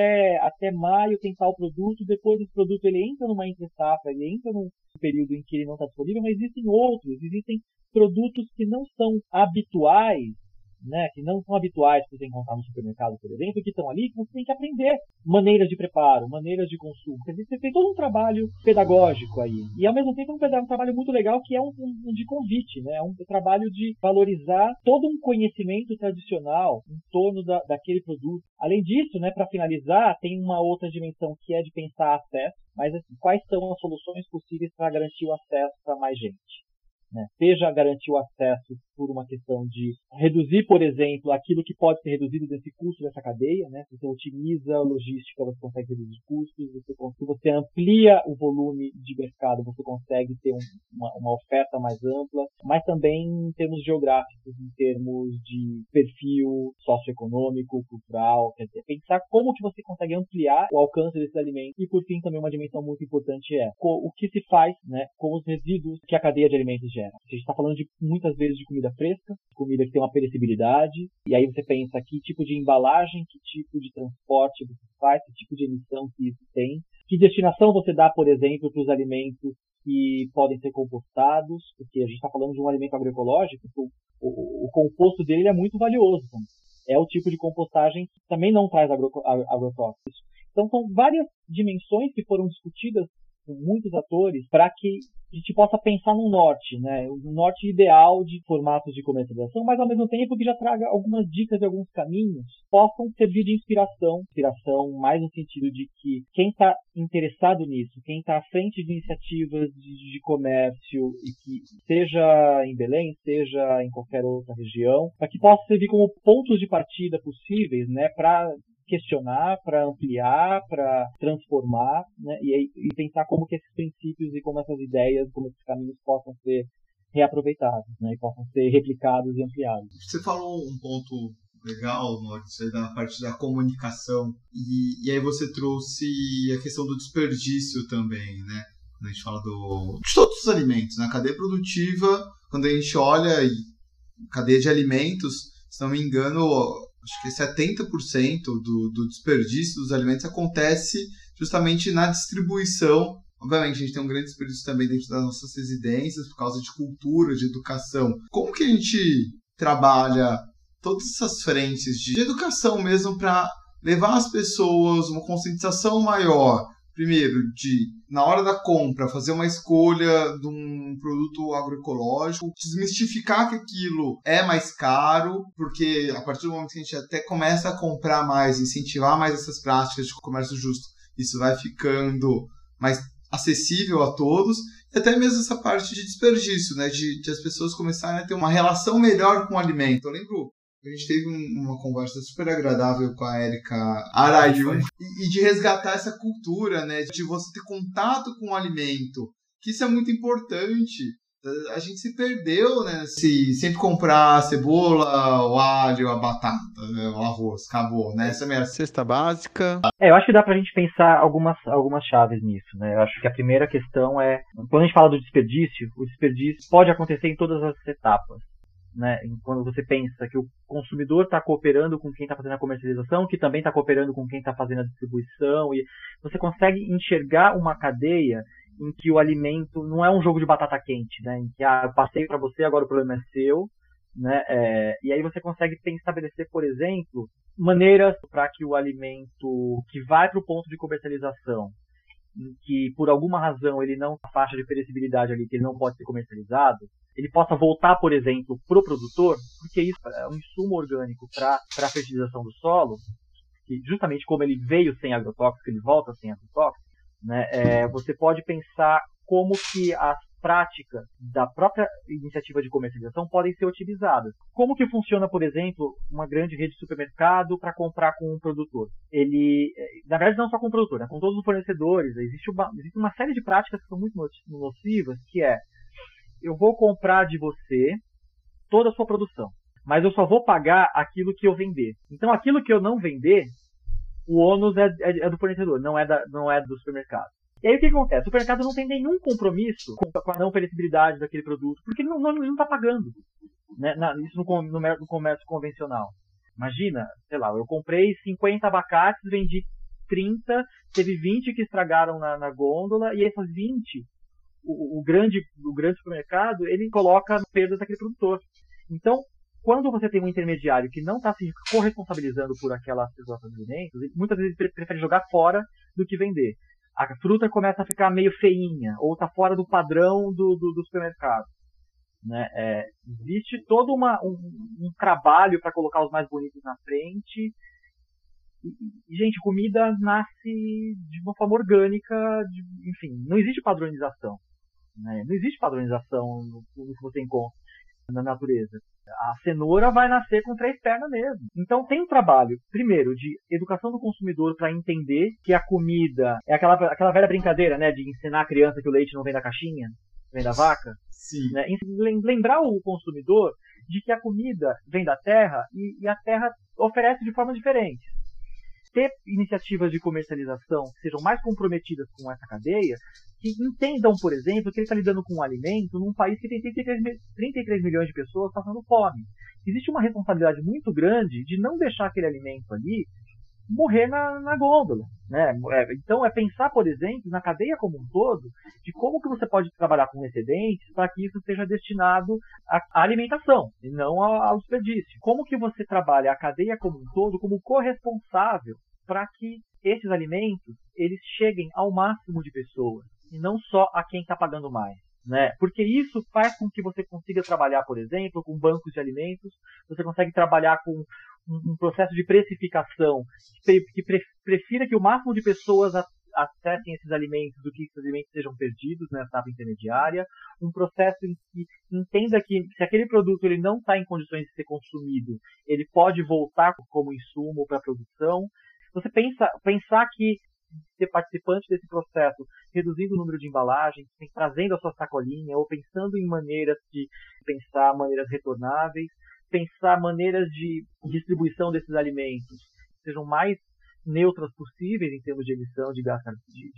até maio tem tal produto, depois esse produto ele entra numa entre-safra, ele entra num período em que ele não está disponível, mas existem produtos que não são habituais, né, que não são habituais para você encontrar no supermercado, por exemplo, que estão ali, que você tem que aprender maneiras de preparo, maneiras de consumo. Quer dizer, você tem todo um trabalho pedagógico aí. E, ao mesmo tempo, um trabalho muito legal que é um de convite, né, um trabalho de valorizar todo um conhecimento tradicional em torno daquele produto. Além disso, né, para finalizar, tem uma outra dimensão que é de pensar acesso, mas assim, quais são as soluções possíveis para garantir o acesso para mais gente? Né? Seja garantir o acesso por uma questão de reduzir, por exemplo, aquilo que pode ser reduzido desse custo dessa cadeia, né? Se você otimiza a logística, você consegue reduzir custos, se você amplia o volume de mercado, você consegue ter uma oferta mais ampla, mas também em termos geográficos, em termos de perfil socioeconômico, cultural, quer dizer, pensar como que você consegue ampliar o alcance desses alimentos. E, por fim, também uma dimensão muito importante é o que se faz, né, com os resíduos que a cadeia de alimentos gera. A gente está falando muitas vezes de comida fresca, comida que tem uma perecibilidade, e aí você pensa que tipo de embalagem, que tipo de transporte você faz, que tipo de emissão que isso tem, que destinação você dá, por exemplo, para os alimentos que podem ser compostados, porque a gente está falando de um alimento agroecológico, o composto dele é muito valioso. É o tipo de compostagem que também não traz agrotóxicos. Então, são várias dimensões que foram discutidas com muitos atores para que a gente possa pensar no norte, né? Um norte ideal de formatos de comercialização, mas ao mesmo tempo que já traga algumas dicas e alguns caminhos possam servir de inspiração mais no sentido de que quem está interessado nisso, quem está à frente de iniciativas de comércio, e que seja em Belém, seja em qualquer outra região, para que possa servir como pontos de partida possíveis, né, para questionar, para ampliar, para transformar, né, e pensar como que esses princípios e como essas ideias, como esses caminhos possam ser reaproveitados, né, e possam ser replicados e ampliados. Você falou um ponto legal, Maurício, da parte da comunicação, e aí você trouxe a questão do desperdício também, né? Quando a gente fala de todos os alimentos, na cadeia produtiva, quando a gente olha cadeia de alimentos, se não me engano, acho que 70% do desperdício dos alimentos acontece justamente na distribuição. Obviamente, a gente tem um grande desperdício também dentro das nossas residências, por causa de cultura, de educação. Como que a gente trabalha todas essas frentes de educação mesmo para levar as pessoas uma conscientização maior? Primeiro, na hora da compra, fazer uma escolha de um produto agroecológico, desmistificar que aquilo é mais caro, porque a partir do momento que a gente até começa a comprar mais, incentivar mais essas práticas de comércio justo, isso vai ficando mais acessível a todos, e até mesmo essa parte de desperdício, né, de as pessoas começarem a ter uma relação melhor com o alimento. Eu lembro, a gente teve uma conversa super agradável com a Érica Arayun, e de resgatar essa cultura, né, de você ter contato com o alimento, que isso é muito importante. A gente se perdeu, né, se sempre comprar a cebola, o alho, a batata, né, o arroz, acabou, né, essa é a minha cesta básica. Eu acho que dá pra gente pensar algumas chaves nisso, né. Eu acho que a primeira questão é, quando a gente fala do desperdício, o desperdício pode acontecer em todas as etapas, né. Quando você pensa que o consumidor está cooperando com quem está fazendo a comercialização, que também está cooperando com quem está fazendo a distribuição, e você consegue enxergar uma cadeia em que o alimento não é um jogo de batata quente, né? Em que eu passei para você, agora o problema é seu, né? E aí você consegue estabelecer, por exemplo, maneiras para que o alimento que vai para o ponto de comercialização, em que por alguma razão ele não tem faixa de perecibilidade ali, que ele não pode ser comercializado, ele possa voltar, por exemplo, para o produtor, porque isso é um insumo orgânico para a fertilização do solo, que justamente como ele veio sem agrotóxico, ele volta sem agrotóxico, né? Você pode pensar como que as práticas da própria iniciativa de comercialização podem ser otimizadas. Como que funciona, por exemplo, uma grande rede de supermercado para comprar com um produtor? Ele, na verdade, não só com o produtor, né? Com todos os fornecedores. Existe uma série de práticas que são muito nocivas, que é: eu vou comprar de você toda a sua produção, mas eu só vou pagar aquilo que eu vender. Então, aquilo que eu não vender, o ônus é do fornecedor, não é do supermercado. E aí o que acontece? O supermercado não tem nenhum compromisso com a não perecibilidade daquele produto, porque ele não está pagando, né? Isso no comércio convencional. Imagina, sei lá, eu comprei 50 abacates, vendi 30, teve 20 que estragaram na gôndola, e essas 20, o grande supermercado, ele coloca perdas daquele produtor. Então, quando você tem um intermediário que não está se corresponsabilizando por aquela situação de alimentos, muitas vezes ele prefere jogar fora do que vender. A fruta começa a ficar meio feinha, ou está fora do padrão do supermercado, né? Existe todo um trabalho para colocar os mais bonitos na frente. E, gente, comida nasce de uma forma orgânica, enfim, não existe padronização, né? Não existe padronização no que você encontra. na natureza. A cenoura vai nascer com 3 pernas mesmo. Então tem um trabalho, primeiro, de educação do consumidor para entender que a comida é aquela velha brincadeira, né, de ensinar a criança que o leite não vem da caixinha, vem da vaca. Sim. Né? Lembrar o consumidor de que a comida vem da terra e a terra oferece de formas diferentes. Ter iniciativas de comercialização que sejam mais comprometidas com essa cadeia, que entendam, por exemplo, que ele está lidando com um alimento num país que tem 33 milhões de pessoas passando fome. Existe uma responsabilidade muito grande de não deixar aquele alimento ali morrer na gôndola. Né? Então é pensar, por exemplo, na cadeia como um todo, de como que você pode trabalhar com excedentes para que isso seja destinado à alimentação e não ao desperdício. Como que você trabalha a cadeia como um todo como corresponsável para que esses alimentos eles cheguem ao máximo de pessoas e não só a quem está pagando mais. Né? Porque isso faz com que você consiga trabalhar, por exemplo, com bancos de alimentos, você consegue trabalhar com um processo de precificação que prefira que o máximo de pessoas acessem esses alimentos do que esses alimentos sejam perdidos nessa etapa intermediária, um processo em que entenda que se aquele produto ele não está em condições de ser consumido, ele pode voltar como insumo para a produção. Você pensar que ser participante desse processo, reduzindo o número de embalagens, trazendo a sua sacolinha, ou pensando em maneiras de pensar maneiras retornáveis, pensar maneiras de distribuição desses alimentos que sejam mais neutras possíveis em termos de emissão de gás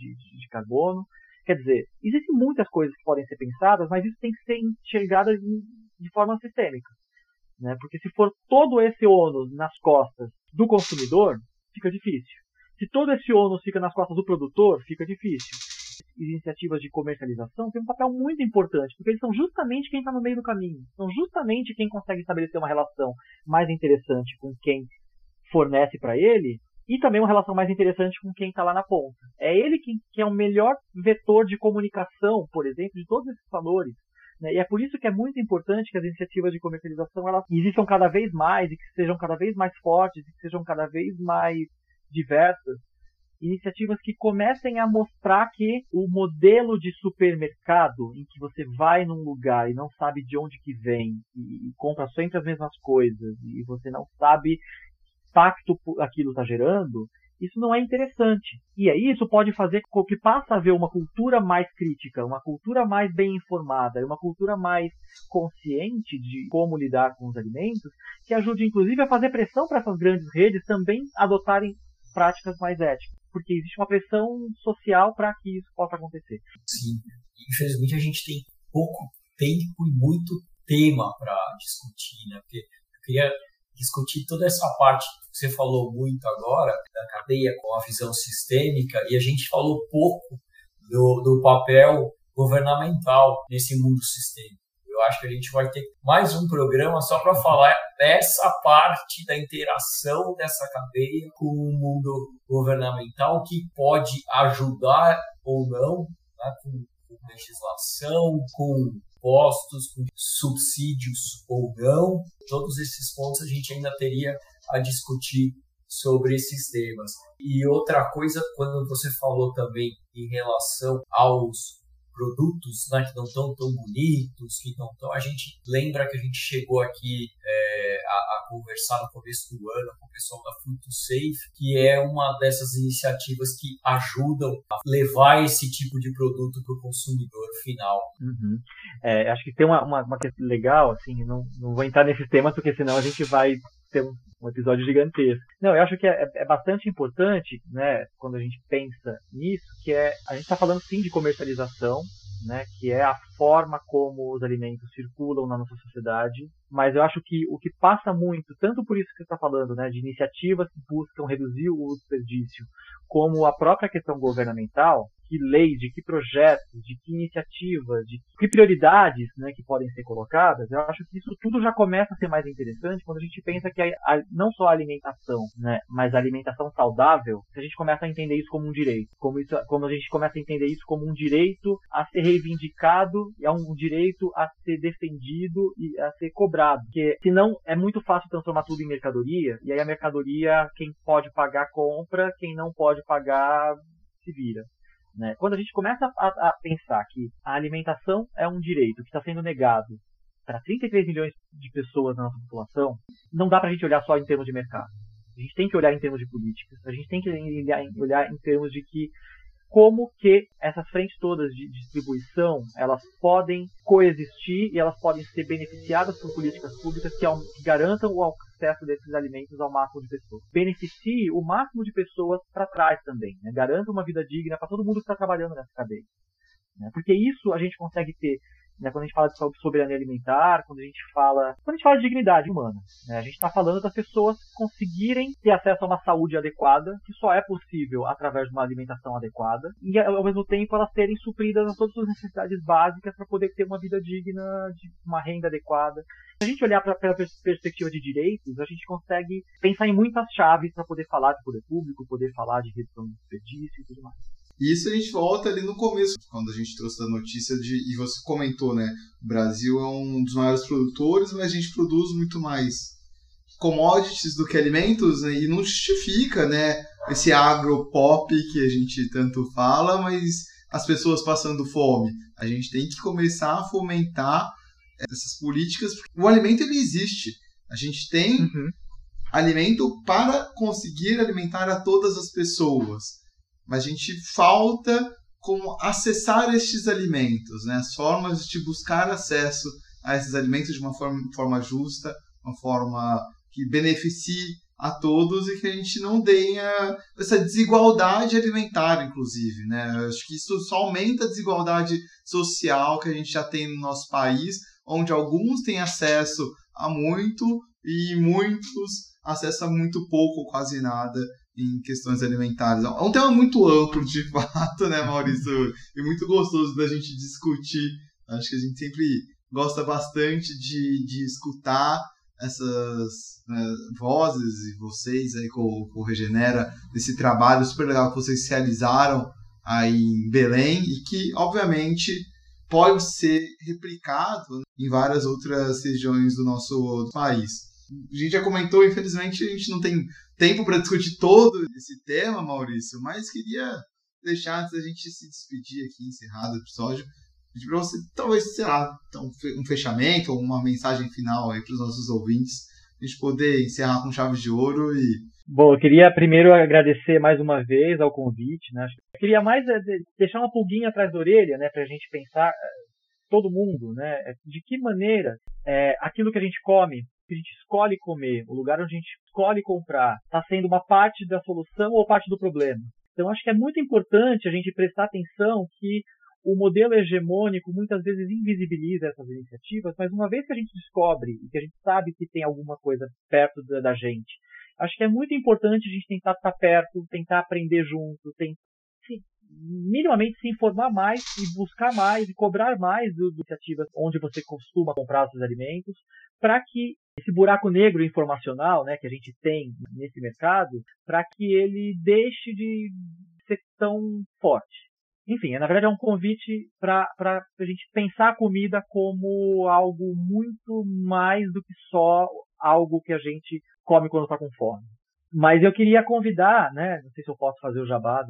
de carbono. Quer dizer, existem muitas coisas que podem ser pensadas, mas isso tem que ser enxergado de forma sistêmica. Né? Porque se for todo esse ônus nas costas do consumidor, fica difícil. Se todo esse ônus fica nas costas do produtor, fica difícil. Iniciativas de comercialização têm um papel muito importante, porque eles são justamente quem está no meio do caminho. São justamente quem consegue estabelecer uma relação mais interessante com quem fornece para ele e também uma relação mais interessante com quem está lá na ponta. É ele que é o melhor vetor de comunicação, por exemplo, de todos esses valores. Né? E é por isso que é muito importante que as iniciativas de comercialização elas existam cada vez mais e que sejam cada vez mais fortes e que sejam cada vez mais diversas, iniciativas que comecem a mostrar que o modelo de supermercado em que você vai num lugar e não sabe de onde que vem e compra sempre as mesmas coisas e você não sabe que impacto aquilo está gerando, isso não é interessante. E aí isso pode fazer com que passe a haver uma cultura mais crítica, uma cultura mais bem informada, uma cultura mais consciente de como lidar com os alimentos, que ajude inclusive a fazer pressão para essas grandes redes também adotarem práticas mais éticas, porque existe uma pressão social para que isso possa acontecer. Sim, infelizmente a gente tem pouco tempo e muito tema para discutir, né? Porque eu queria discutir toda essa parte que você falou muito agora, da cadeia com a visão sistêmica, e a gente falou pouco do papel governamental nesse mundo sistêmico. Eu acho que a gente vai ter mais um programa só para falar dessa parte da interação dessa cadeia com o mundo governamental, que pode ajudar ou não, né, com legislação, com impostos, com subsídios ou não. Todos esses pontos a gente ainda teria a discutir sobre esses temas. E outra coisa, quando você falou também em relação aos produtos, né, que não estão tão bonitos, que não tão... A gente lembra que a gente chegou aqui a conversar no começo do ano com o pessoal da Fruto Safe, que é uma dessas iniciativas que ajudam a levar esse tipo de produto para o consumidor final. Uhum. Acho que tem uma questão legal, assim, não vou entrar nesses temas, porque senão a gente vai ter um episódio gigantesco. Não, eu acho que é bastante importante, né, quando a gente pensa nisso, que a gente está falando sim de comercialização, né, que é a forma como os alimentos circulam na nossa sociedade, mas eu acho que o que passa muito, tanto por isso que você está falando, né, de iniciativas que buscam reduzir o desperdício, como a própria questão governamental, que leis, de que projetos, de que iniciativas, de que prioridades, né, que podem ser colocadas, eu acho que isso tudo já começa a ser mais interessante quando a gente pensa que não só a alimentação, né, mas a alimentação saudável, a gente começa a entender isso como um direito, como a gente começa a entender isso como um direito a ser reivindicado, é um direito a ser defendido e a ser cobrado, porque senão é muito fácil transformar tudo em mercadoria, e aí a mercadoria, quem pode pagar compra, quem não pode pagar se vira. Né? Quando a gente começa a pensar que a alimentação é um direito que está sendo negado para 33 milhões de pessoas na nossa população, não dá para a gente olhar só em termos de mercado. A gente tem que olhar em termos de políticas. A gente tem que olhar em termos de que como que essas frentes todas de distribuição, elas podem coexistir e elas podem ser beneficiadas por políticas públicas que garantam o acesso desses alimentos ao máximo de pessoas. Beneficie o máximo de pessoas para trás também, né? Garanta uma vida digna para todo mundo que está trabalhando nessa cadeia. Né? Porque isso a gente consegue ter, né, quando a gente fala de soberania alimentar, quando a gente fala de dignidade humana. Né? A gente está falando das pessoas conseguirem ter acesso a uma saúde adequada, que só é possível através de uma alimentação adequada, e ao mesmo tempo elas terem supridas todas as necessidades básicas para poder ter uma vida digna, de uma renda adequada. Se a gente olhar pela perspectiva de direitos, a gente consegue pensar em muitas chaves para poder falar de poder público, poder falar de redução de desperdício e tudo mais. Isso a gente volta ali no começo, quando a gente trouxe a notícia e você comentou, né? O Brasil é um dos maiores produtores, mas a gente produz muito mais commodities do que alimentos, né? E não justifica, né, esse agropop que a gente tanto fala, mas as pessoas passando fome. A gente tem que começar a fomentar essas políticas, porque o alimento ele existe. A gente tem alimento para conseguir alimentar a todas as pessoas. Mas a gente falta como acessar estes alimentos, né? As formas de buscar acesso a esses alimentos de uma forma justa, uma forma que beneficie a todos e que a gente não tenha essa desigualdade alimentar, inclusive, né? Eu acho que isso só aumenta a desigualdade social que a gente já tem no nosso país, onde alguns têm acesso a muito e muitos acessam muito pouco ou quase nada em questões alimentares. É um tema muito amplo, de fato, né, Maurício? E muito gostoso da gente discutir. Acho que a gente sempre gosta bastante de escutar essas, né, vozes e vocês aí com o Regenera, desse trabalho super legal que vocês realizaram aí em Belém e que, obviamente, pode ser replicado em várias outras regiões do nosso país. A gente já comentou, infelizmente, a gente não tem tempo para discutir todo esse tema, Maurício, mas queria deixar, antes da gente se despedir aqui, encerrado o episódio, pedir para você, talvez, sei lá, um fechamento ou uma mensagem final aí para os nossos ouvintes, a gente poder encerrar com chave de ouro e... Bom, eu queria primeiro agradecer mais uma vez ao convite, né? Eu queria mais deixar uma pulguinha atrás da orelha, né, para a gente pensar, todo mundo, né, de que maneira aquilo que a gente come, que a gente escolhe comer, o lugar onde a gente escolhe comprar, está sendo uma parte da solução ou parte do problema. Então, acho que é muito importante a gente prestar atenção que o modelo hegemônico muitas vezes invisibiliza essas iniciativas, mas uma vez que a gente descobre e que a gente sabe que tem alguma coisa perto da gente, acho que é muito importante a gente tentar estar perto, tentar aprender junto, minimamente se informar mais e buscar mais e cobrar mais das iniciativas onde você costuma comprar os seus alimentos, para que esse buraco negro informacional, né, que a gente tem nesse mercado, para que ele deixe de ser tão forte. Enfim, na verdade é um convite para a gente pensar a comida como algo muito mais do que só algo que a gente come quando está com fome. Mas eu queria convidar, né, não sei se eu posso fazer o jabá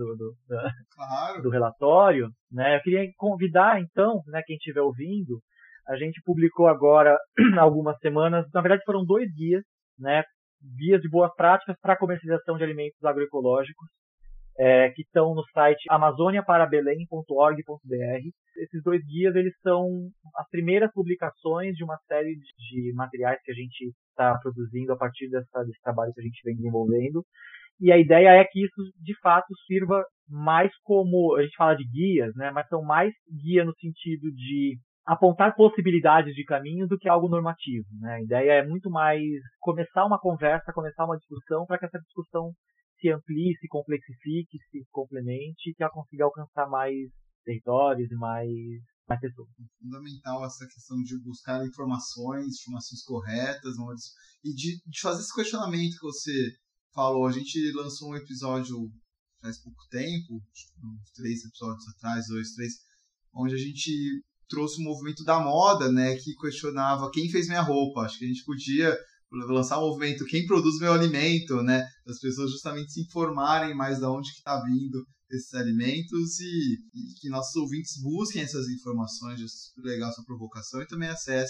do relatório, né, eu queria convidar, então, né, quem estiver ouvindo, a gente publicou agora, algumas semanas, na verdade foram 2 guias, né, guias de boas práticas para a comercialização de alimentos agroecológicos, que estão no site amazoniaparabelém.org.br. Esses 2 guias, eles são as primeiras publicações de uma série de materiais que a gente está produzindo a partir desse trabalho que a gente vem desenvolvendo. E a ideia é que isso, de fato, sirva mais como, a gente fala de guias, né, mas são mais guia no sentido de apontar possibilidades de caminhos do que algo normativo, né? A ideia é muito mais começar uma conversa, começar uma discussão, para que essa discussão se amplie, se complexifique, se complemente, que ela consiga alcançar mais territórios e mais pessoas. É fundamental essa questão de buscar informações corretas, e de fazer esse questionamento que você falou. A gente lançou um episódio faz pouco tempo, uns 3 episódios atrás, 2, 3, onde a gente trouxe o movimento da moda, né, que questionava quem fez minha roupa. Acho que a gente podia lançar um movimento quem produz meu alimento, né, as pessoas justamente se informarem mais de onde que está vindo esses alimentos e que nossos ouvintes busquem essas informações. É super legal essa provocação, e também acesse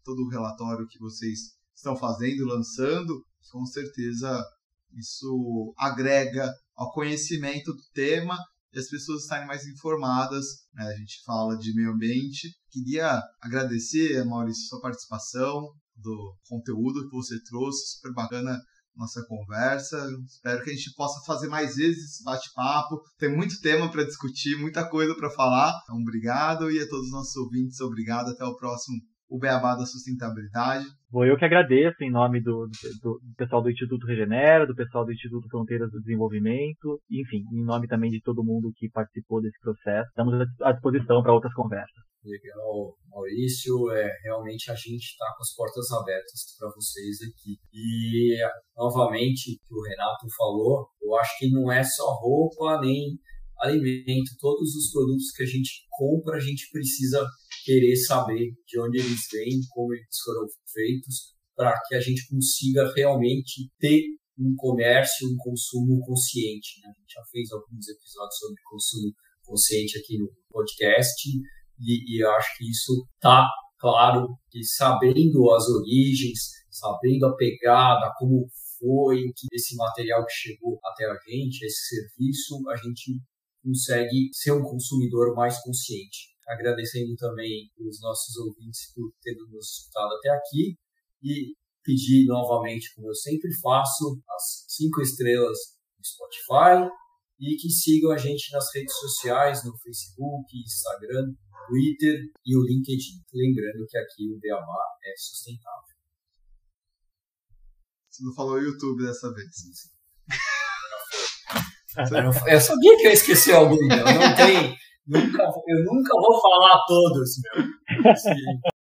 todo o relatório que vocês estão fazendo, lançando. Com certeza isso agrega ao conhecimento do tema e as pessoas estarem mais informadas, né? A gente fala de meio ambiente. Queria agradecer, Maurício, sua participação, do conteúdo que você trouxe, super bacana nossa conversa. Espero que a gente possa fazer mais vezes esse bate-papo. Tem muito tema para discutir, muita coisa para falar. Então, obrigado, e a todos os nossos ouvintes, obrigado. Até o próximo O Beabá da Sustentabilidade. Bom, eu que agradeço em nome do pessoal do Instituto Regenera, do pessoal do Instituto Fronteiras do Desenvolvimento, enfim, em nome também de todo mundo que participou desse processo. Estamos à disposição para outras conversas. Legal, Maurício. Realmente a gente está com as portas abertas para vocês aqui. E, novamente, o que o Renato falou, eu acho que não é só roupa nem alimento. Todos os produtos que a gente compra, a gente precisa querer saber de onde eles vêm, como eles foram feitos, para que a gente consiga realmente ter um comércio, um consumo consciente, né? A gente já fez alguns episódios sobre consumo consciente aqui no podcast, e eu acho que isso está claro, que sabendo as origens, sabendo a pegada, como foi esse material que chegou até a gente, esse serviço, a gente consegue ser um consumidor mais consciente. Agradecendo também os nossos ouvintes por terem nos escutado até aqui e pedir novamente, como eu sempre faço, as 5 estrelas no Spotify e que sigam a gente nas redes sociais, no Facebook, Instagram, Twitter e o LinkedIn. Lembrando que aqui o Beabá é sustentável. Você não falou YouTube dessa vez. Eu sabia que eu esqueci algum, eu nunca vou falar todos, meu.